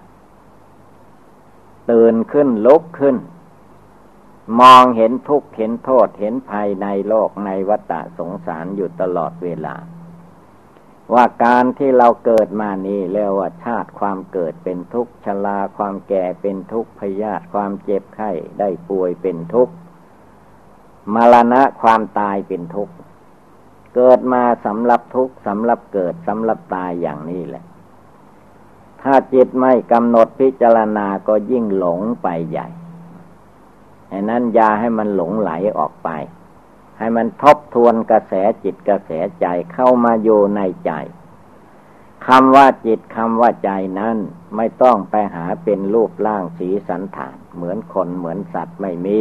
ตื่นขึ้นลุกขึ้นมองเห็นทุกข์เห็นโทษเห็นภัยในโลกในวัฏสงสารอยู่ตลอดเวลาว่าการที่เราเกิดมานี้เรียกว่าชาติความเกิดเป็นทุกข์ชราความแก่เป็นทุกข์พยาธิความเจ็บไข้ได้ป่วยเป็นทุกข์มรณะความตายเป็นทุกข์เกิดมาสำหรับทุกข์สำหรับเกิดสำหรับตายอย่างนี้แหละถ้าจิตไม่กำหนดพิจารณาก็ยิ่งหลงไปใหญ่ฉะนั้นอย่าให้มันหลงไหลออกไปให้มันทบทวนกระแสจิตกระแสใจเข้ามาอยู่ในใจคำว่าจิตคำว่าใจนั้นไม่ต้องไปหาเป็นรูปร่างสีสันฐานเหมือนคนเหมือนสัตว์ไม่มี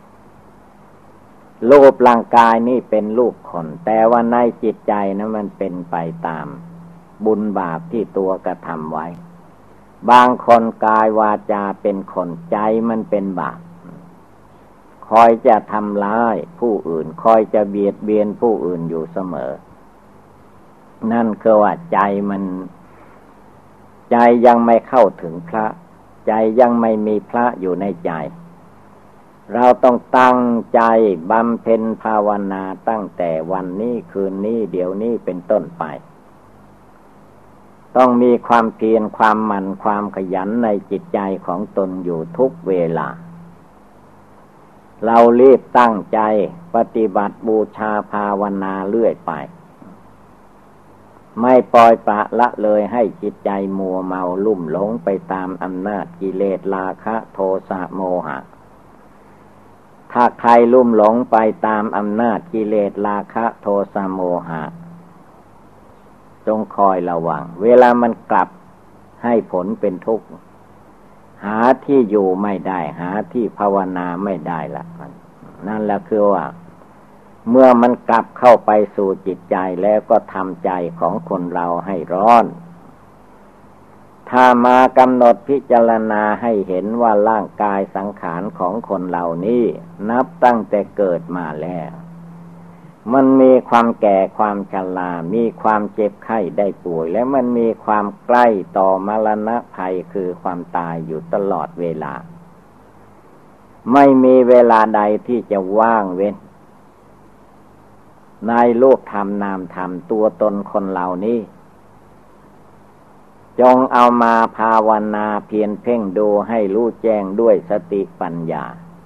รูปร่างกายนี่เป็นรูปคนแต่ว่าในจิตใจนั้นมันเป็นไปตามบุญบาปที่ตัวกระทำไว้บางคนกายวาจาเป็นคนใจมันเป็นบาปคอยจะทำร้ายผู้อื่นคอยจะเบียดเบียนผู้อื่นอยู่เสมอนั่นคือว่าใจยังไม่เข้าถึงพระใจยังไม่มีพระอยู่ในใจเราต้องตั้งใจบำเพ็ญภาวนาตั้งแต่วันนี้คืนนี้เดี๋ยวนี้เป็นต้นไปต้องมีความเพียรความหมั่นความขยันในจิตใจของตนอยู่ทุกเวลาเรารีบตั้งใจปฏิบัติบูชาภาวนาเรื่อยไปไม่ปล่อยปละละเลยให้จิตใจมัวเมาลุ่มหลงไปตามอำนาจกิเลสราคะโทสะโมหะถ้าใครลุ่มหลงไปตามอำนาจกิเลสราคะโทสะโมหะจงคอยระวังเวลามันกลับให้ผลเป็นทุกข์หาที่อยู่ไม่ได้หาที่ภาวนาไม่ได้ละนั่นแหละคือว่าเมื่อมันกลับเข้าไปสู่จิตใจแล้วก็ทำใจของคนเราให้ร้อนถ้ามากำหนดพิจารณาให้เห็นว่าร่างกายสังขารของคนเหล่านี้นับตั้งแต่เกิดมาแล้วมันมีความแก่ความชรามีความเจ็บไข้ได้ป่วยและมันมีความใกล้ต่อมรณะภัยคือความตายอยู่ตลอดเวลาไม่มีเวลาใดที่จะว่างเว้นในโลกธรรมนามธรรมตัวตนคนเหล่านี้จงเอามาภาวนาเพียรเพ่งดูให้รู้แจ้งด้วยสติปัญญา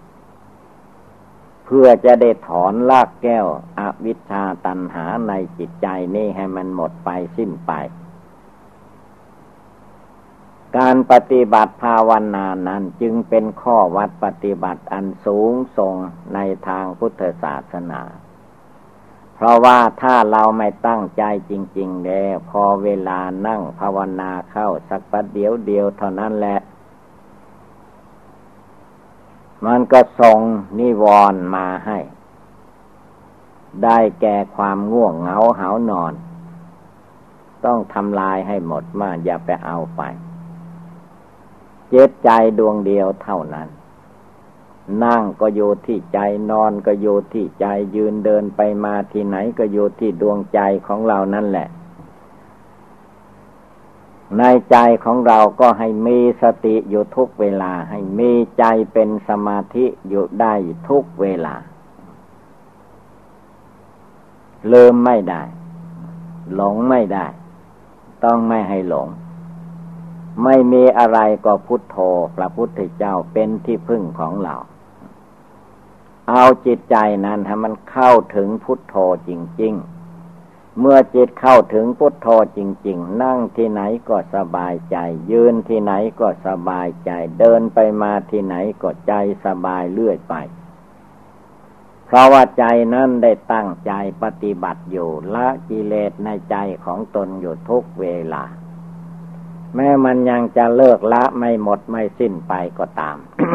เพื่อจะได้ถอนรากแก้วอวิชชาตัณหาในจิตใจนี้ให้มันหมดไปสิ้นไปการปฏิบัติภาวนานั้นจึงเป็นข้อวัดปฏิบัติอันสูงส่งในทางพุทธศาสนาเพราะว่าถ้าเราไม่ตั้งใจจริงๆแล้วพอเวลานั่งภาวนาเข้าสักประเดี๋ยวเดียวเท่านั้นแหละมันก็ส่งนิวรณ์มาให้ได้แก่ความง่วงเหงาหาวนอนต้องทำลายให้หมดมาอย่าไปเอาไปจิตใจดวงเดียวเท่านั้นนั่งก็อยู่ที่ใจนอนก็อยู่ที่ใจยืนเดินไปมาที่ไหนก็อยู่ที่ดวงใจของเรานั่นแหละในใจของเราก็ให้มีสติอยู่ทุกเวลาให้มีใจเป็นสมาธิอยู่ได้ทุกเวลาลืมไม่ได้หลงไม่ได้ต้องไม่ให้หลงไม่มีอะไรก็พุทโธพระพุทธเจ้าเป็นที่พึ่งของเราเอาจิตใจนั้นให้มันเข้าถึงพุทโธจริงๆเมื่อจิตเข้าถึงพุทโธจริงๆนั่งที่ไหนก็สบายใจยืนที่ไหนก็สบายใจเดินไปมาที่ไหนก็ใจสบายเรื่อยไปเพราะว่าใจนั้นได้ตั้งใจปฏิบัติอยู่ละกิเลสในใจของตนอยู่ทุกเวลาแม้มันยังจะเลิกละไม่หมดไม่สิ้นไปก็ตาม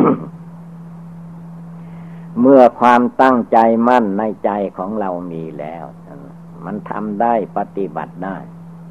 เมื่อความตั้งใจมั่นในใจของเรามีแล้วมันทำได้ปฏิบัติได้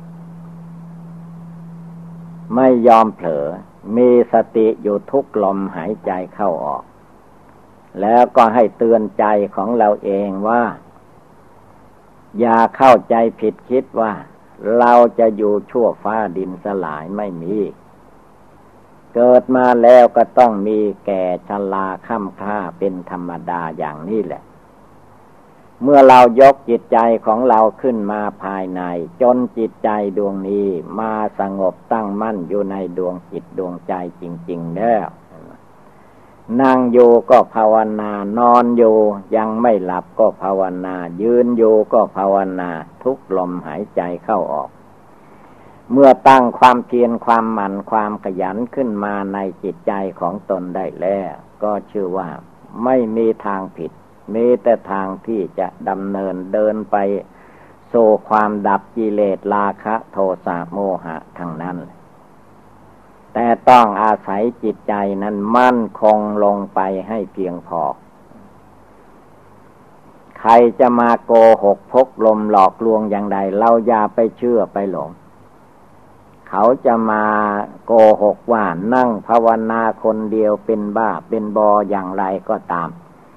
ไม่ยอมเผลอมีสติอยู่ทุกลมหายใจเข้าออกแล้วก็ให้เตือนใจของเราเองว่าอย่าเข้าใจผิดคิดว่าเราจะอยู่ชั่วฟ้าดินสลายไม่มีเกิดมาแล้วก็ต้องมีแก่ชราค่ำคร่าเป็นธรรมดาอย่างนี้แหละเมื่อเรายกจิตใจของเราขึ้นมาภายในจนจิตใจดวงนี้มาสงบตั้งมั่นอยู่ในดวงจิตดวงใจจริงๆแล้วนั่งอยู่ก็ภาวนานอนอยู่ยังไม่หลับก็ภาวนายืนอยู่ก็ภาวนาทุกลมหายใจเข้าออกเมื่อตั้งความเพียรความหมั่นความขยันขึ้นมาในจิตใจของตนได้แล้วก็ชื่อว่าไม่มีทางผิดมีแต่ทางที่จะดำเนินเดินไปสู่ความดับกิเลสราคะโทสะโมหะทั้งนั้นแต่ต้องอาศัยจิตใจนั้นมั่นคงลงไปให้เพียงพอใครจะมาโกหกพกลมหลอกลวงอย่างใดเราอย่าไปเชื่อไปหลงเขาจะมาโกหกว่านั่งภาวนาคนเดียวเป็นบ้าเป็นบออย่างไรก็ตาม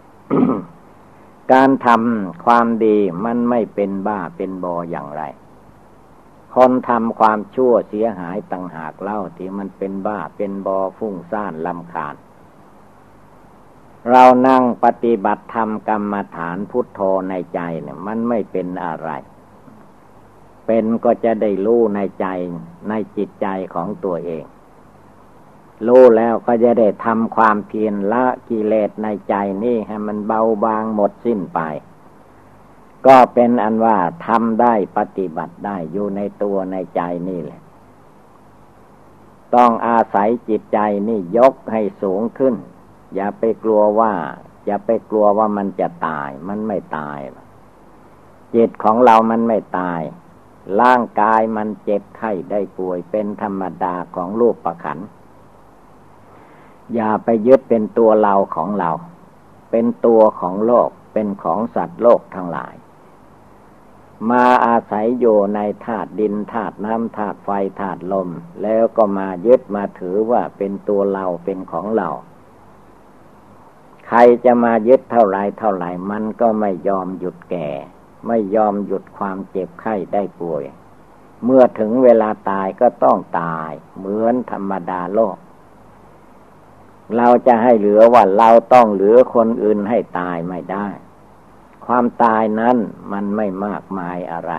การทำความดีมันไม่เป็นบ้าเป็นบออย่างไรคนทำความชั่วเสียหายต่างหากเล่าที่มันเป็นบ้าเป็นบอฟุ้งซ่านรำคาญเรานั่งปฏิบัติธรรมกรรมฐานพุทโธในใจเนี่ยมันไม่เป็นอะไรเป็นก็จะได้รู้ในใจในจิตใจของตัวเองรู้แล้วก็จะได้ทำความเพียรละกิเลสในใจนี่ให้มันเบาบางหมดสิ้นไปก็เป็นอันว่าทำได้ปฏิบัติได้อยู่ในตัวในใจนี่แหละต้องอาศัยจิตใจนี่ยกให้สูงขึ้นอย่าไปกลัวว่ามันจะตายมันไม่ตายจิตของเรามันไม่ตายร่างกายมันเจ็บไข้ได้ป่วยเป็นธรรมดาของรูปขันธ์อย่าไปยึดเป็นตัวเราของเราเป็นตัวของโลกเป็นของสัตว์โลกทั้งหลายมาอาศัยอยู่ในธาตุดินธาตุน้ำธาตุไฟธาตุลมแล้วก็มายึดมาถือว่าเป็นตัวเราเป็นของเราใครจะมายึดเท่าไรมันก็ไม่ยอมหยุดแก่ไม่ยอมหยุดความเจ็บไข้ได้ป่วยเมื่อถึงเวลาตายก็ต้องตายเหมือนธรรมดาโลกเราจะให้เหลือว่าเราต้องเหลือคนอื่นให้ตายไม่ได้ความตายนั้นมันไม่มากมายอะไร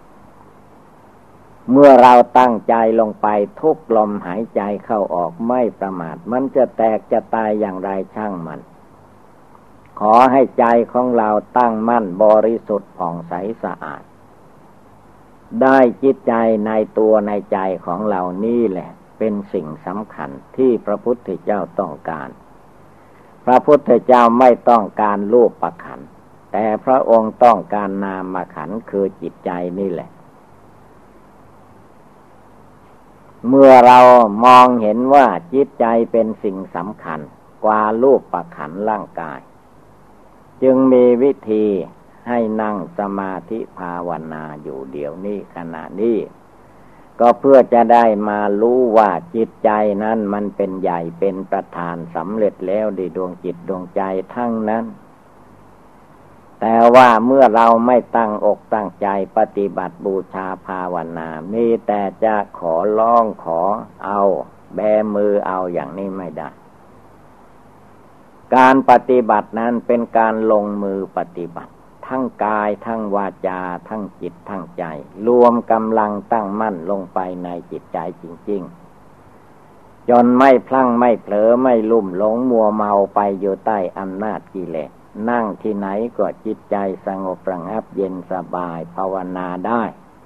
เมื่อเราตั้งใจลงไปทุกลมหายใจเข้าออกไม่ประมาทมันจะแตกจะตายอย่างไรช่างมันขอให้ใจของเราตั้งมั่นบริสุทธิ์ผ่องใสสะอาดได้จิตใจในตัวในใจของเรานี่แหละเป็นสิ่งสำคัญที่พระพุทธเจ้าต้องการพระพุทธเจ้าไม่ต้องการรูปขันธ์แต่พระองค์ต้องการนามขันธ์คือจิตใจนี่แหละเมื่อเรามองเห็นว่าจิตใจเป็นสิ่งสำคัญกว่ารูปขันธ์ร่างกายจึงมีวิธีให้นั่งสมาธิภาวนาอยู่เดี๋ยวนี้ขณะนี้ก็เพื่อจะได้มารู้ว่าจิตใจนั้นมันเป็นใหญ่เป็นประธานสำเร็จแล้วในดวงจิตดวงใจทั้งนั้นแต่ว่าเมื่อเราไม่ตั้งอกตั้งใจปฏิบัติบูชาภาวนามีแต่จะขอร้องขอเอาแบมือเอาอย่างนี้ไม่ได้การปฏิบัตินั้นเป็นการลงมือปฏิบัติทั้งกายทั้งวาจาทั้งจิตทั้งใจรวมกำลังตั้งมั่นลงไปในจิตใจจริงๆจนไม่พลั้งไม่เผลอไม่ลุ่มหลงมัวเมาไปอยู่ใต้อำนาจกิเลสนั่งที่ไหนก็จิตใจสงบระงับเย็นสบายภาวนาได้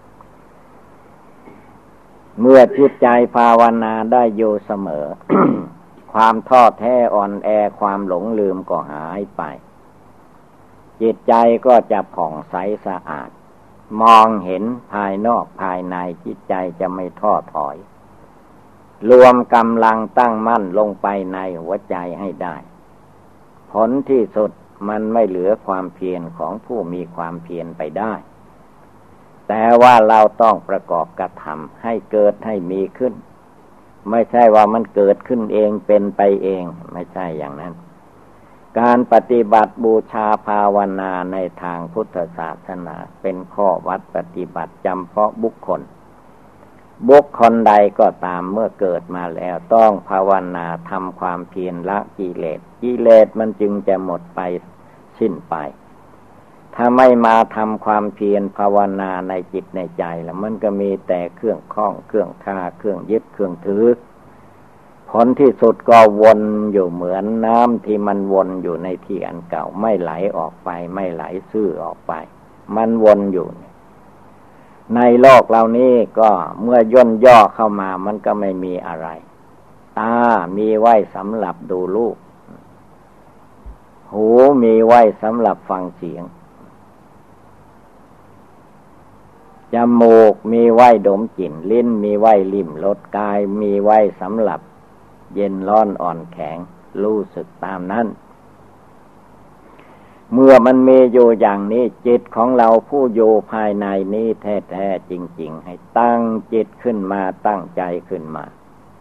เมื่อจิตใจภาวนาได้อยู่เสมอ ความท้อแท้อ่อนแอความหลงลืมก็หายไปจิตใจก็จะผ่องใสสะอาดมองเห็นภายนอกภายในจิตใจจะไม่ท้อถอยรวมกำลังตั้งมั่นลงไปในหัวใจให้ได้ผลที่สุดมันไม่เหลือความเพียรของผู้มีความเพียรไปได้แต่ว่าเราต้องประกอบกระทำให้เกิดให้มีขึ้นไม่ใช่ว่ามันเกิดขึ้นเองเป็นไปเองไม่ใช่อย่างนั้นการปฏิบัติบูชาภาวนาในทางพุทธศาสนาเป็นข้อวัดปฏิบัติจำเพาะบุคคลใดก็ตามเมื่อเกิดมาแล้วต้องภาวนาทำความเพียรละกิเลสมันจึงจะหมดไปสิ้นไปถ้าไม่มาทำความเพียรภาวนาในจิตในใจแล้วมันก็มีแต่เครื่องข้องเครื่องฆ่าเครื่องยึดเครื่องถือผลที่สุดก็วนอยู่เหมือนน้ำที่มันวนอยู่ในที่อันเก่าไม่ไหลออกไปไม่ไหลซื่อออกไปมันวนอยู่ในโลกเหล่านี้ก็เมื่อย่นย่อเข้ามามันก็ไม่มีอะไรตามีไว้สำหรับดูรูปหูมีไว้สำหรับฟังเสียงจมูกมีไว้ดมกลิ่นลิ้นมีไว้ลิ้มรสกายมีไว้สำหรับเย็นร้อนอ่อนแข็งรู้สึกตามนั้นเมื่อมันมีอยู่อย่างนี้จิตของเราผู้อยู่ภายในนี้แท้ๆจริงๆให้ตั้งจิตขึ้นมาตั้งใจขึ้นมา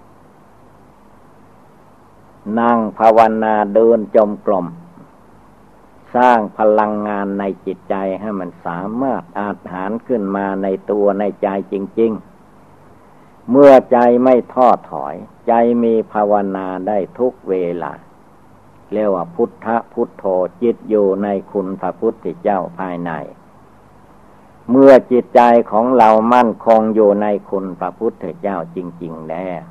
นั่งภาวนาเดินจมกรมสร้างพลังงานในจิตใจให้มันสามารถอาหารขึ้นมาในตัวในใจจริงๆเมื่อใจไม่ท้อถอยใจมีภาวนาได้ทุกเวลาเรียกว่าพุทธพุทโธจิตอยู่ในคุณพระพุทธเจ้าภายในเมื่อจิตใจของเรามั่นคงอยู่ในคุณพระพุทธเจ้าจริงๆแล้ว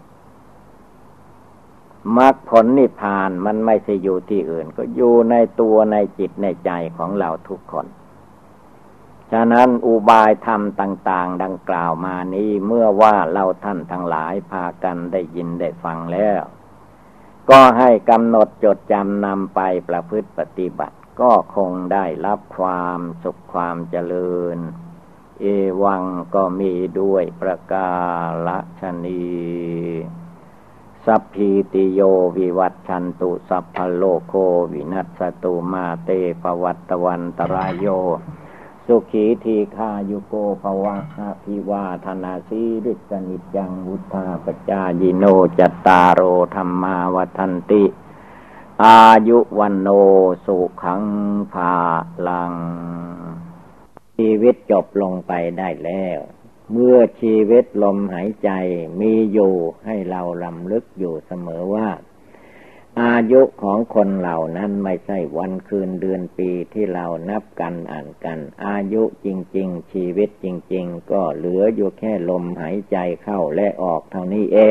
มรรคผลนิพพานมันไม่ใช่อยู่ที่อื่นก็อยู่ในตัวในจิตในใจของเราทุกคนฉะนั้นอุบายธรรมต่างๆดังกล่าวมานี้เมื่อว่าเราท่านทั้งหลายพากันได้ยินได้ฟังแล้วก็ให้กำหนดจดจำนำไปประพฤติปฏิบัติก็คงได้รับความสุขความเจริญเอวังก็มีด้วยประกาศนีสัพพิติโยวิวัตชันตุสัพพโลกโควินัสตุมาเตปวัตตวันตรายโยสุขีทีฆายุโกภวะอภิวาทนาสีริสนิจจังวุธาปจายิโนจัตตารโอธรรมาวัฏันติอายุวันโนสุขังภาลังชีวิตจบลงไปได้แล้วเมื่อชีวิตลมหายใจมีอยู่ให้เรารำลึกอยู่เสมอว่าอายุของคนเหล่านั้นไม่ใช่วันคืนเดือนปีที่เรานับกันอ่านกันอายุจริงๆชีวิตจริงๆก็เหลืออยู่แค่ลมหายใจเข้าและออกเท่านี้เอง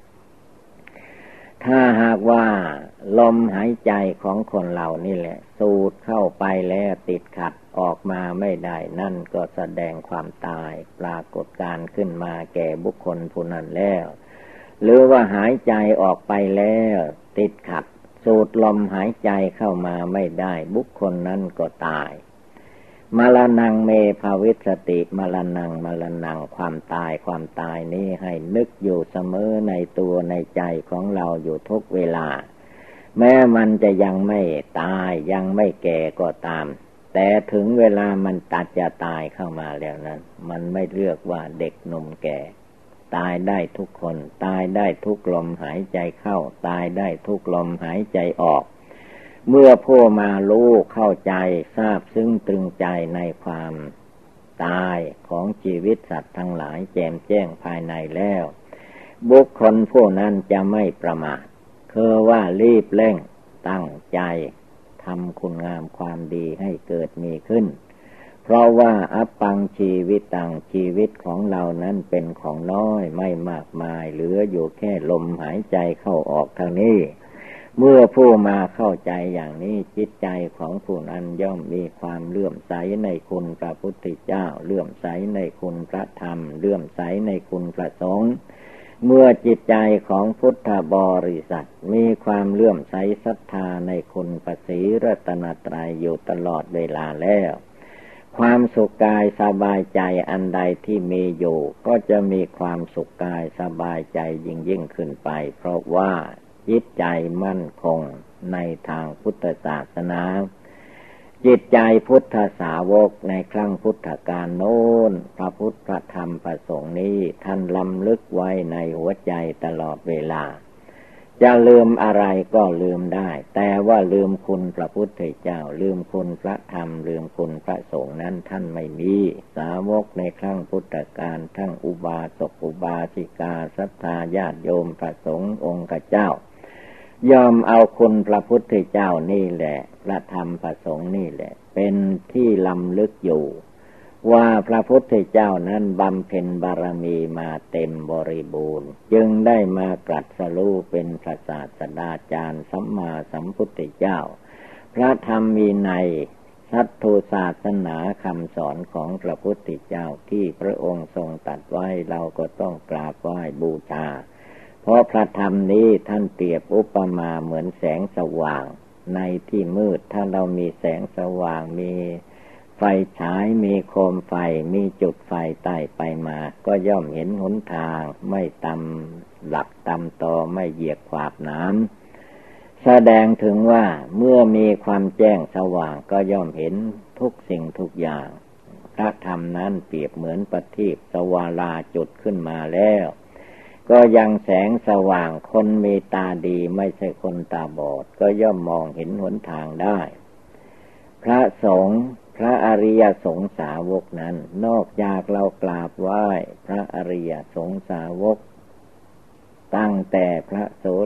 ถ้าหากว่าลมหายใจของคนเหล่านี้แหละสูดเข้าไปแล้วติดขัดออกมาไม่ได้นั่นก็แสดงความตายปรากฏการขึ้นมาแก่บุคคลผู้นั้นแล้วหรือว่าหายใจออกไปแล้วติดขัดสูดลมหายใจเข้ามาไม่ได้บุคคลนั้นก็ตายมรณังเมภวิสติมรณังความตายนี้ให้นึกอยู่เสมอในตัวในใจของเราอยู่ทุกเวลาแม้มันจะยังไม่ตายยังไม่แก่ก็ตามแต่ถึงเวลามันตัดจะตายเข้ามาแล้วนั้นมันไม่เลือกว่าเด็กหนุ่มแก่ตายได้ทุกคนตายได้ทุกลมหายใจเข้าตายได้ทุกลมหายใจออกเมื่อผู้มารู้เข้าใจทราบซึ้งตรึงใจในความตายของชีวิตสัตว์ทั้งหลายแจ่มแจ้งภายในแล้วบุคคลผู้นั้นจะไม่ประมาทคือว่ารีบเร่งตั้งใจทำคุณงามความดีให้เกิดมีขึ้นเพราะว่าอัปปังชีวิตตังชีวิตของเรานั้นเป็นของน้อยไม่มากมายเหลืออยู่แค่ลมหายใจเข้าออกเท่านี้เมื่อผู้มาเข้าใจอย่างนี้จิตใจของผู้นั้นย่อมมีความเลื่อมใสในคุณพระพุทธเจ้าเลื่อมใสในคุณพระธรรมเลื่อมใสในคุณพระสงฆ์เมื่อจิตใจของพุทธบริษัทมีความเลื่อมใสศรัทธาในคุณพระศรีรัตนตรัยอยู่ตลอดเวลาแล้วความสุขกายสบายใจอันใดที่มีอยู่ก็จะมีความสุขกายสบายใจยิ่งขึ้นไปเพราะว่าจิตใจมั่นคงในทางพุทธศาสนาจิตใจพุทธสาวกในครั้งพุทธกาลโน้นพระพุทธพระธรรมพระสงฆ์นี้ท่านล้ำลึกไว้ในหัวใจตลอดเวลาจะลืมอะไรก็ลืมได้แต่ว่าลืมคุณพระพุทธเจ้าลืมคุณพระธรรมลืมคุณพระสงฆ์นั้นท่านไม่มีสาวกในครั้งพุทธกาลทั้งอุบาสกอุบาสิกาศรัทธาญาติโยมพระสงฆ์องค์เจ้ายอมเอาคุณพระพุทธเจ้านี่แหละพระธรรมพระสงฆ์นี่แหละเป็นที่ล้ำลึกอยู่ว่าพระพุทธเจ้านั้นบำเพ็ญบารมีมาเต็มบริบูรณ์จึงได้มาตรัสรู้เป็นพระศาสดาจารย์สัมมาสัมพุทธเจ้าพระธรรมวินัยสัทธศาสนาคำสอนของพระพุทธเจ้าที่พระองค์ทรงตรัสไว้เราก็ต้องกราบไหว้บูชาเพราะพระธรรมนี้ท่านเปรียบอุปมาเหมือนแสงสว่างในที่มืดถ้าเรามีแสงสว่างมีไฟฉายมีโคมไฟมีจุดไฟใต้ไปมาก็ย่อมเห็นหนทางไม่ตำหลักตำตอไม่เหยียบขวากน้ำแสดงถึงว่าเมื่อมีความแจ้งสว่างก็ย่อมเห็นทุกสิ่งทุกอย่างพระธรรมนั้นเปรียบเหมือนประทีปสวาราจุดขึ้นมาแล้วก็ยังแสงสว่างคนมีตาดีไม่ใช่คนตาบอดก็ย่อมมองเห็นหนทางได้พระสงฆ์พระอริยสงสาวกนั้นนอกจากเรากราบไหว้พระอริยสงสาวกตั้งแต่พระโสดาพ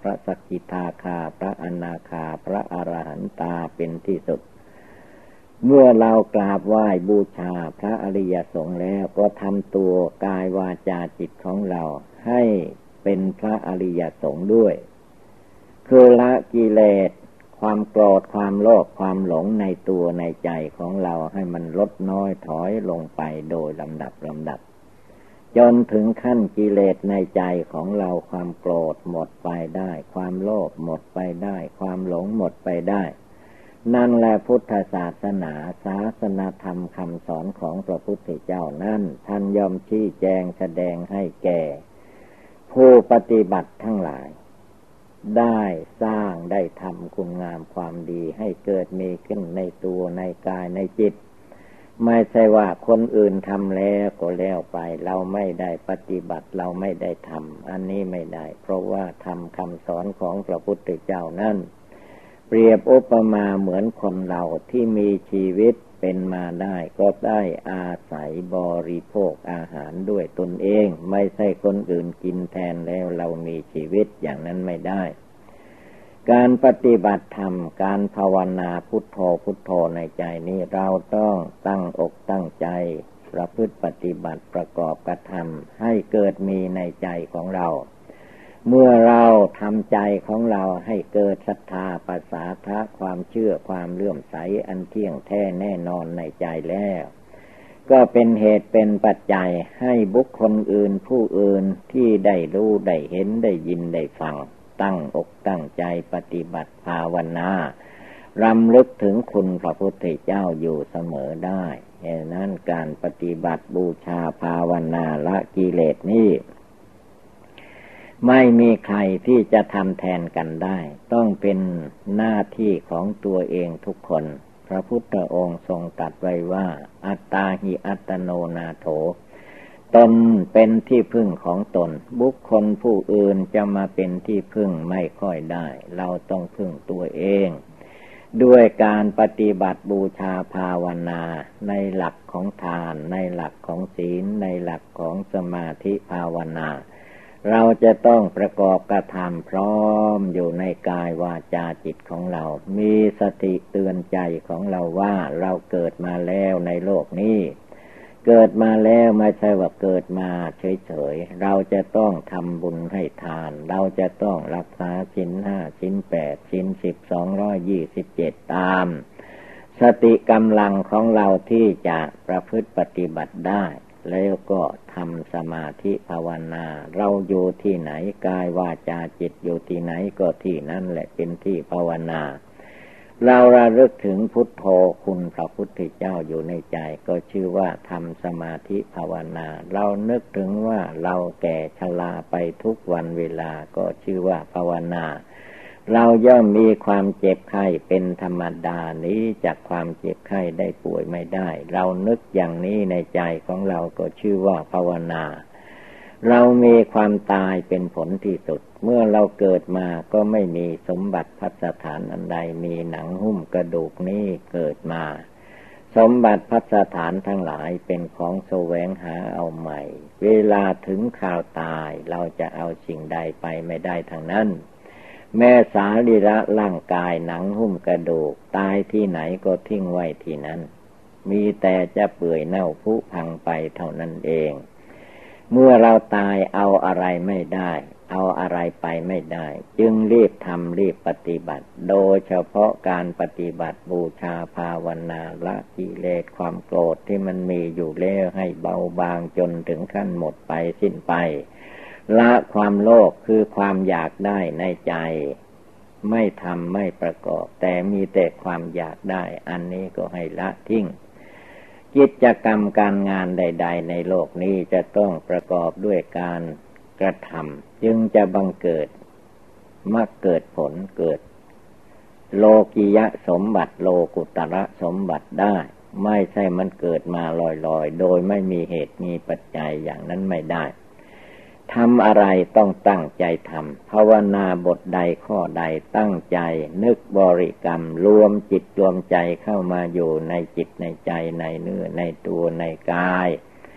ระสกกิทาคาพระอนาคาพระอรหันตาเป็นที่สุดเมื่อเรากราบไหว้บูชาพระอริยสงฆ์แล้วก็ทำตัวกายวาจาจิตของเราให้เป็นพระอริยสงฆ์ด้วยคือละกิเลสความโกรธความโลภความหลงในตัวในใจของเราให้มันลดน้อยถอยลงไปโดยลำดับจนถึงขั้นกิเลสในใจของเราความโกรธหมดไปได้ความโลภหมดไปได้ความหลงหมดไปได้นั่นแหละพุทธศาสนาศาสนาธรรมคำสอนของพระพุทธเจ้านั่นท่านยอมชี้แจงแสดงให้แก่ผู้ปฏิบัติทั้งหลายได้สร้างได้ทำคุณงามความดีให้เกิดมีขึ้นในตัวในกายในจิตไม่ใช่ว่าคนอื่นทำแล้วก็แล้วไปเราไม่ได้ปฏิบัติเราไม่ได้ทำอันนี้ไม่ได้เพราะว่าทำคำสอนของพระพุทธเจ้านั้นเปรียบอุปมาเหมือนคนเราที่มีชีวิตเป็นมาได้ก็ได้อาศัยบริโภคอาหารด้วยตนเองไม่ใช่คนอื่นกินแทนแล้วเรามีชีวิตอย่างนั้นไม่ได้การปฏิบัติธรรมการภาวนาพุทโธพุทโธในใจนี้เราต้องตั้งอกตั้งใจประพฤติปฏิบัติประกอบกระทำให้เกิดมีในใจของเราเมื่อเราทำใจของเราให้เกิดศรัทธาปัสสาทะความเชื่อความเลื่อมใสอันเที่ยงแท้แน่นอนในใจแล้วก็เป็นเหตุเป็นปัจจัยให้บุคคลอื่นผู้อื่นที่ได้รู้ได้เห็นได้ยินได้ฟังตั้งอกตั้งใจปฏิบัติภาวนารำลึกถึงคุณพระพุทธเจ้าอยู่เสมอได้ฉะนั้นการปฏิบัติบูชาภาวนาละกิเลสนี้ไม่มีใครที่จะทำแทนกันได้ต้องเป็นหน้าที่ของตัวเองทุกคนพระพุทธองค์ทรงตรัสไว้ว่าอัตตาหิอัตโนนาโถตนเป็นที่พึ่งของตนบุคคลผู้อื่นจะมาเป็นที่พึ่งไม่ค่อยได้เราต้องพึ่งตัวเองด้วยการปฏิบัติบูชาภาวนาในหลักของทานในหลักของศีลในหลักของสมาธิภาวนาเราจะต้องประกอบกระทำพร้อมอยู่ในกายวาจาจิตของเรามีสติเตือนใจของเราว่าเราเกิดมาแล้วในโลกนี้เกิดมาแล้วไม่ใช่ว่าเกิดมาเฉยๆเราจะต้องทำบุญให้ทานเราจะต้องรักษาศีล 5 ศีล 8 ศีล 10 227ตามสติกำลังของเราที่จะประพฤติปฏิบัติได้แล้วก็ทำสมาธิภาวนาเราอยู่ที่ไหนกายวาจาจิตอยู่ที่ไหนก็ที่นั่นแหละเป็นที่ภาวนาเราระลึกถึงพุทโธคุณพระพุทธเจ้าอยู่ในใจก็ชื่อว่าทำสมาธิภาวนาเรานึกถึงว่าเราแก่ชราไปทุกวันเวลาก็ชื่อว่าภาวนาเราย่อมมีความเจ็บไข้เป็นธรรมดานี้จากความเจ็บไข้ได้ป่วยไม่ได้เรานึกอย่างนี้ในใจของเราก็ชื่อว่าภาวนาเรามีความตายเป็นผลที่สุดเมื่อเราเกิดมาก็ไม่มีสมบัติภัสถานอันใดมีหนังหุ้มกระดูกนี้เกิดมาสมบัติภัสถานทั้งหลายเป็นของแสวงหาเอาใหม่เวลาถึงข่าวตายเราจะเอาสิ่งใดไปไม่ได้ทั้งนั้นแม้สรีระร่างกายหนังหุ้มกระดูกตายที่ไหนก็ทิ้งไว้ที่นั้นมีแต่จะเปื่อยเน่าผุพังไปเท่านั้นเองเมื่อเราตายเอาอะไรไม่ได้เอาอะไรไปไม่ได้จึงรีบทำรีบปฏิบัติโดยเฉพาะการปฏิบัติบูชาภาวนาละกิเลสความโกรธที่มันมีอยู่แล้วให้เบาบางจนถึงขั้นหมดไปสิ้นไปละความโลภคือความอยากได้ในใจไม่ทำไม่ประกอบแต่มีแต่ความอยากได้อันนี้ก็ให้ละทิ้งกิจกรรมการงานใดๆในโลกนี้จะต้องประกอบด้วยการกระทำจึงจะบังเกิดมรรคเกิดผลเกิดโลกิยะสมบัติโลกุตระสมบัติได้ไม่ใช่มันเกิดมาลอยๆโดยไม่มีเหตุมีปัจจัยอย่างนั้นไม่ได้ทำอะไรต้องตั้งใจทำภาวนาบทใดข้อใดตั้งใจนึกบริกรรมรวมจิตรวมใจเข้ามาอยู่ในจิตในใจในเนื้อในตัวในกาย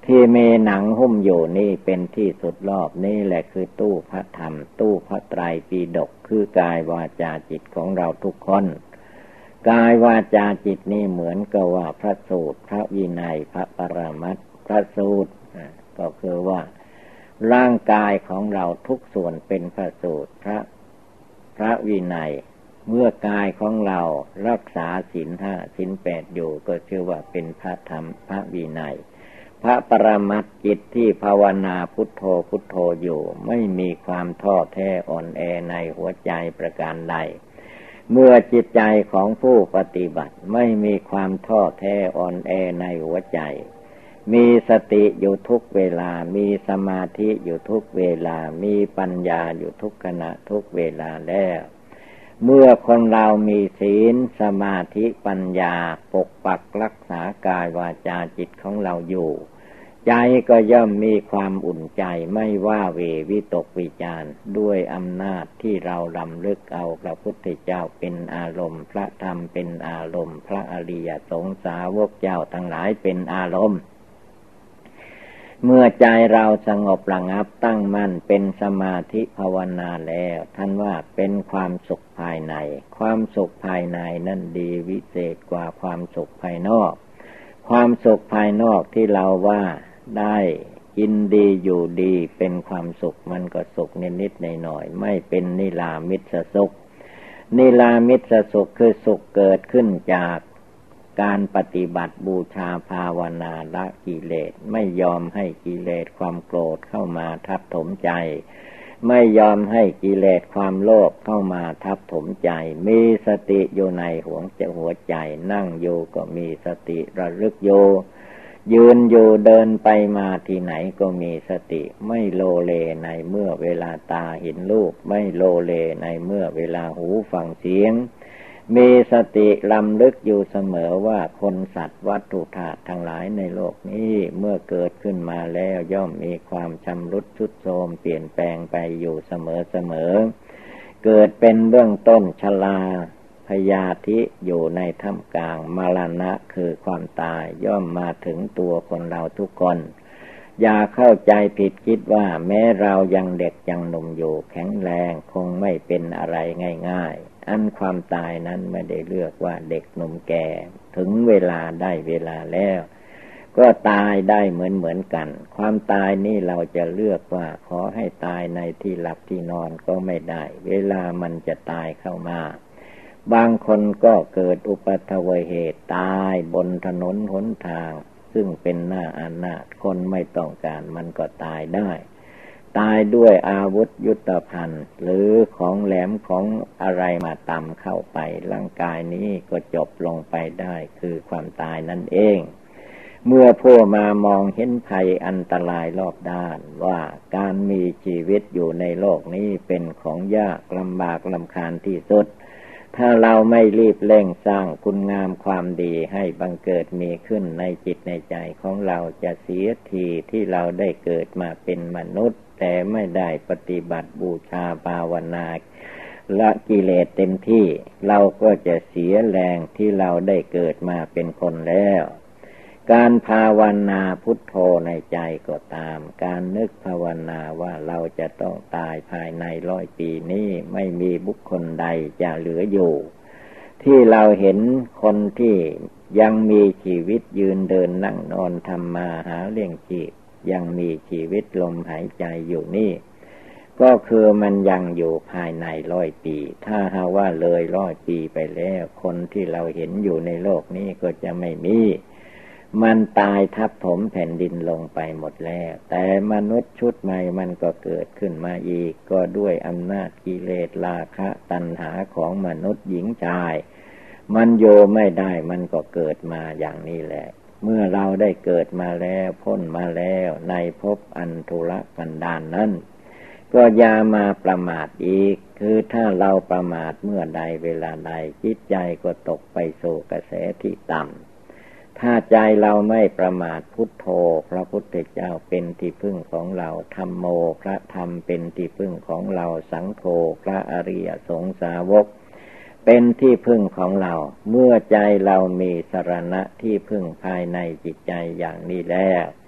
ที่มีหนังหุ้มอยู่นี่เป็นที่สุดรอบนี่แหละคือตู้พระธรรมตู้พระไตรปิฎกคือกายวาจาจิตของเราทุกคนกายวาจาจิตนี่เหมือนกับว่าพระสูตรพระวินัยพระปรมัตถ์พระสูตรก็คือว่าร่างกายของเราทุกส่วนเป็นพระสูตรพระวินัยเมื่อกายของเรารักษาศีลห้าศีลแปดอยู่ก็ชื่อว่าเป็นพระธรรมพระวินัยพระปรมัตถ์จิตที่ภาวนาพุทโธพุทโธอยู่ไม่มีความท้อแท้อ่อนแอในหัวใจประการใดเมื่อจิตใจของผู้ปฏิบัติไม่มีความท้อแท้อ่อนแอในหัวใจมีสติอยู่ทุกเวลามีสมาธิอยู่ทุกเวลามีปัญญาอยู่ทุกขณะทุกเวลาแล้วเมื่อคนเรามีศีลสมาธิปัญญาปกปักรักษากายวาจาจิตของเราอยู่ใจก็ย่อมมีความอุ่นใจไม่ว่าเววิตกวิจารด้วยอำนาจที่เรารำลึกเอาพระพุทธเจ้าเป็นอารมณ์พระธรรมเป็นอารมณ์พระอริยสงฆ์สาวกเจ้าทั้งหลายเป็นอารมณ์เมื่อใจเราสงบระงับตั้งมั่นเป็นสมาธิภาวนาแล้วท่านว่าเป็นความสุขภายในความสุขภายในนั่นดีวิเศษกว่าความสุขภายนอกความสุขภายนอกที่เราว่าได้กินดีอยู่ดีเป็นความสุขมันก็สุขนิดๆหน่อยๆไม่เป็นนิรามิตสุขนิรามิตสุขคือสุขเกิดขึ้นจากการปฏิบัติบูชาภาวนาละกิเลสไม่ยอมให้กิเลสความโกรธเข้ามาทับถมใจไม่ยอมให้กิเลสความโลภเข้ามาทับถมใจมีสติอยู่ในหัวใจนั่งอยู่ก็มีสติระลึกอยู่ยืนอยู่เดินไปมาที่ไหนก็มีสติไม่โลเลในเมื่อเวลาตาเห็นรูปไม่โลเลในเมื่อเวลาหูฟังเสียงมีสติรำลึกอยู่เสมอว่าคนสัตว์วัตถุธาตุทั้งหลายในโลกนี้เมื่อเกิดขึ้นมาแล้วย่อมมีความชำรุดทรุดโทรมเปลี่ยนแปลงไปอยู่เสมอเกิดเป็นเบื้องต้นชราพยาธิอยู่ในท่ามกลางมรณะคือความตายย่อมมาถึงตัวคนเราทุกคนอย่าเข้าใจผิดคิดว่าแม้เรายังเด็กยังหนุ่มอยู่แข็งแรงคงไม่เป็นอะไรง่ายๆอันความตายนั้นไม่ได้เลือกว่าเด็กหนุ่มแก่ถึงเวลาได้เวลาแล้วก็ตายได้เหมือนกันความตายนี่เราจะเลือกว่าขอให้ตายในที่หลับที่นอนก็ไม่ได้เวลามันจะตายเข้ามาบางคนก็เกิดอุบัติเหตุตายบนถนนหนทางซึ่งเป็นหน้าอนาถคนไม่ต้องการมันก็ตายได้ตายด้วยอาวุธยุทโธภัณฑ์หรือของแหลมของอะไรมาตำเข้าไปร่างกายนี้ก็จบลงไปได้คือความตายนั่นเองเมื่อผู้มามองเห็นภัยอันตรายรอบด้านว่าการมีชีวิตอยู่ในโลกนี้เป็นของยากลำบากรำคาญที่สุดถ้าเราไม่รีบเร่งสร้างคุณงามความดีให้บังเกิดมีขึ้นในจิตในใจของเราจะเสียทีที่เราได้เกิดมาเป็นมนุษย์แต่ไม่ได้ปฏิบัติบูชาภาวนาละกิเลสเต็มที่เราก็จะเสียแรงที่เราได้เกิดมาเป็นคนแล้วการภาวนาพุทโธในใจก็ตามการนึกภาวนาว่าเราจะต้องตายภายใน100 ปีนี้ไม่มีบุคคลใดจะเหลืออยู่ที่เราเห็นคนที่ยังมีชีวิตยืนเดินนั่งนอนทำมาหาเลี้ยงชีพยังมีชีวิตลมหายใจอยู่นี่ก็คือมันยังอยู่ภายใน100 ปีถ้าหากว่าเลย100 ปีไปแล้วคนที่เราเห็นอยู่ในโลกนี้ก็จะไม่มีมันตายทับถมแผ่นดินลงไปหมดแล้วแต่มนุษย์ชุดใหม่มันก็เกิดขึ้นมาอีกก็ด้วยอำนาจกิเลสราคะตัณหาของมนุษย์หญิงชายมันโยไม่ได้มันก็เกิดมาอย่างนี้แหละเมื่อเราได้เกิดมาแล้วพ้นมาแล้วในภพอันทุรกันดารนั้นก็อย่ามาประมาทอีกคือถ้าเราประมาทเมื่อใดเวลาใดจิตใจก็ตกไปสู่กระแสที่ต่ำถ้าใจเราไม่ประมาทพุทโธพระพุทธเจ้าเป็นที่พึ่งของเราธัมโมพระธรรมเป็นที่พึ่งของเราสังโฆพระอริยสงฆ์สาวกเป็นที่พึ่งของเราเมื่อใจเรามีสรณะที่พึ่งภายในจิตใจอย่างนี้แล้ว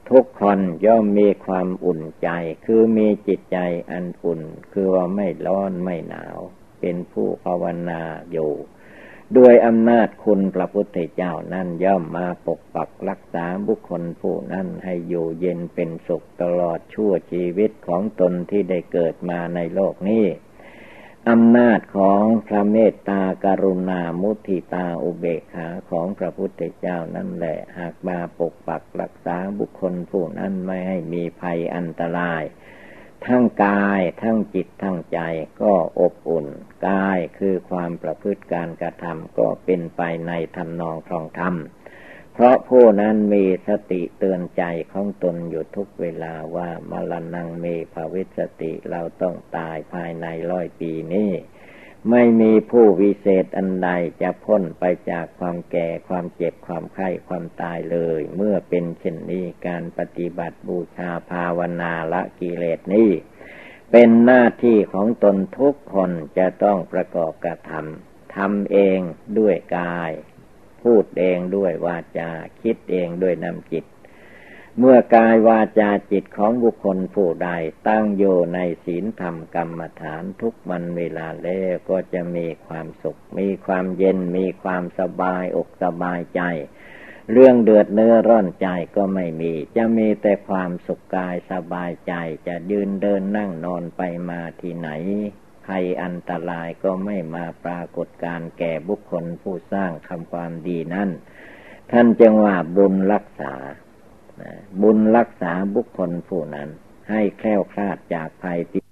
ทุกคนย่อมมีความอุ่นใจคือมีจิตใจอันอุ่นคือว่าไม่ร้อนไม่หนาวเป็นผู้ภาวนาอยู่ด้วยอำนาจคุณพระพุทธเจ้านั้นย่อมมาปกปักรักษาบุคคลผู้นั้นให้อยู่เย็นเป็นสุขตลอดชั่วชีวิตของตนที่ได้เกิดมาในโลกนี้อำนาจของพระเมตตากรุณามุทิตาอุเบกขาของพระพุทธเจ้านั่นแหละหากมาปกปักรักษาบุคคลผู้นั้นไม่ให้มีภัยอันตรายทั้งกายทั้งจิตทั้งใจก็อบอุ่นกายคือความประพฤติการกระทำก็เป็นไปในทำนองครองธรรมเพราะผู้นั้นมีสติเตือนใจของตนอยู่ทุกเวลาว่ามรณงเมภวิสติเราต้องตายภายใน100 ปีนี้ไม่มีผู้วิเศษอันใดจะพ้นไปจากความแก่ความเจ็บความไข้ความตายเลยเมื่อเป็นเช่นนี้การปฏิบัติบูชาภาวนาละกิเลสนี้เป็นหน้าที่ของตนทุกคนจะต้องประกอบกระทำเองด้วยกายพูดเองด้วยวาจาคิดเองด้วยน้ำจิตเมื่อกายวาจาจิตของบุคคลผู้ใดตั้งอยู่ในศีลธรรมกรรมฐานทุกวันเวลาแล้วก็จะมีความสุขมีความเย็นมีความสบายอกสบายใจเรื่องเดือดเนื้อร้อนใจก็ไม่มีจะมีแต่ความสุขกายสบายใจจะยืนเดินนั่งนอนไปมาที่ไหนภัยอันตรายก็ไม่มาปรากฏการแก่บุคคลผู้สร้างทำความดีนั้นท่านจึงว่าบุญรักษาบุญรักษาบุคคลผู้นั้นให้แคล้วคลาดจากภัย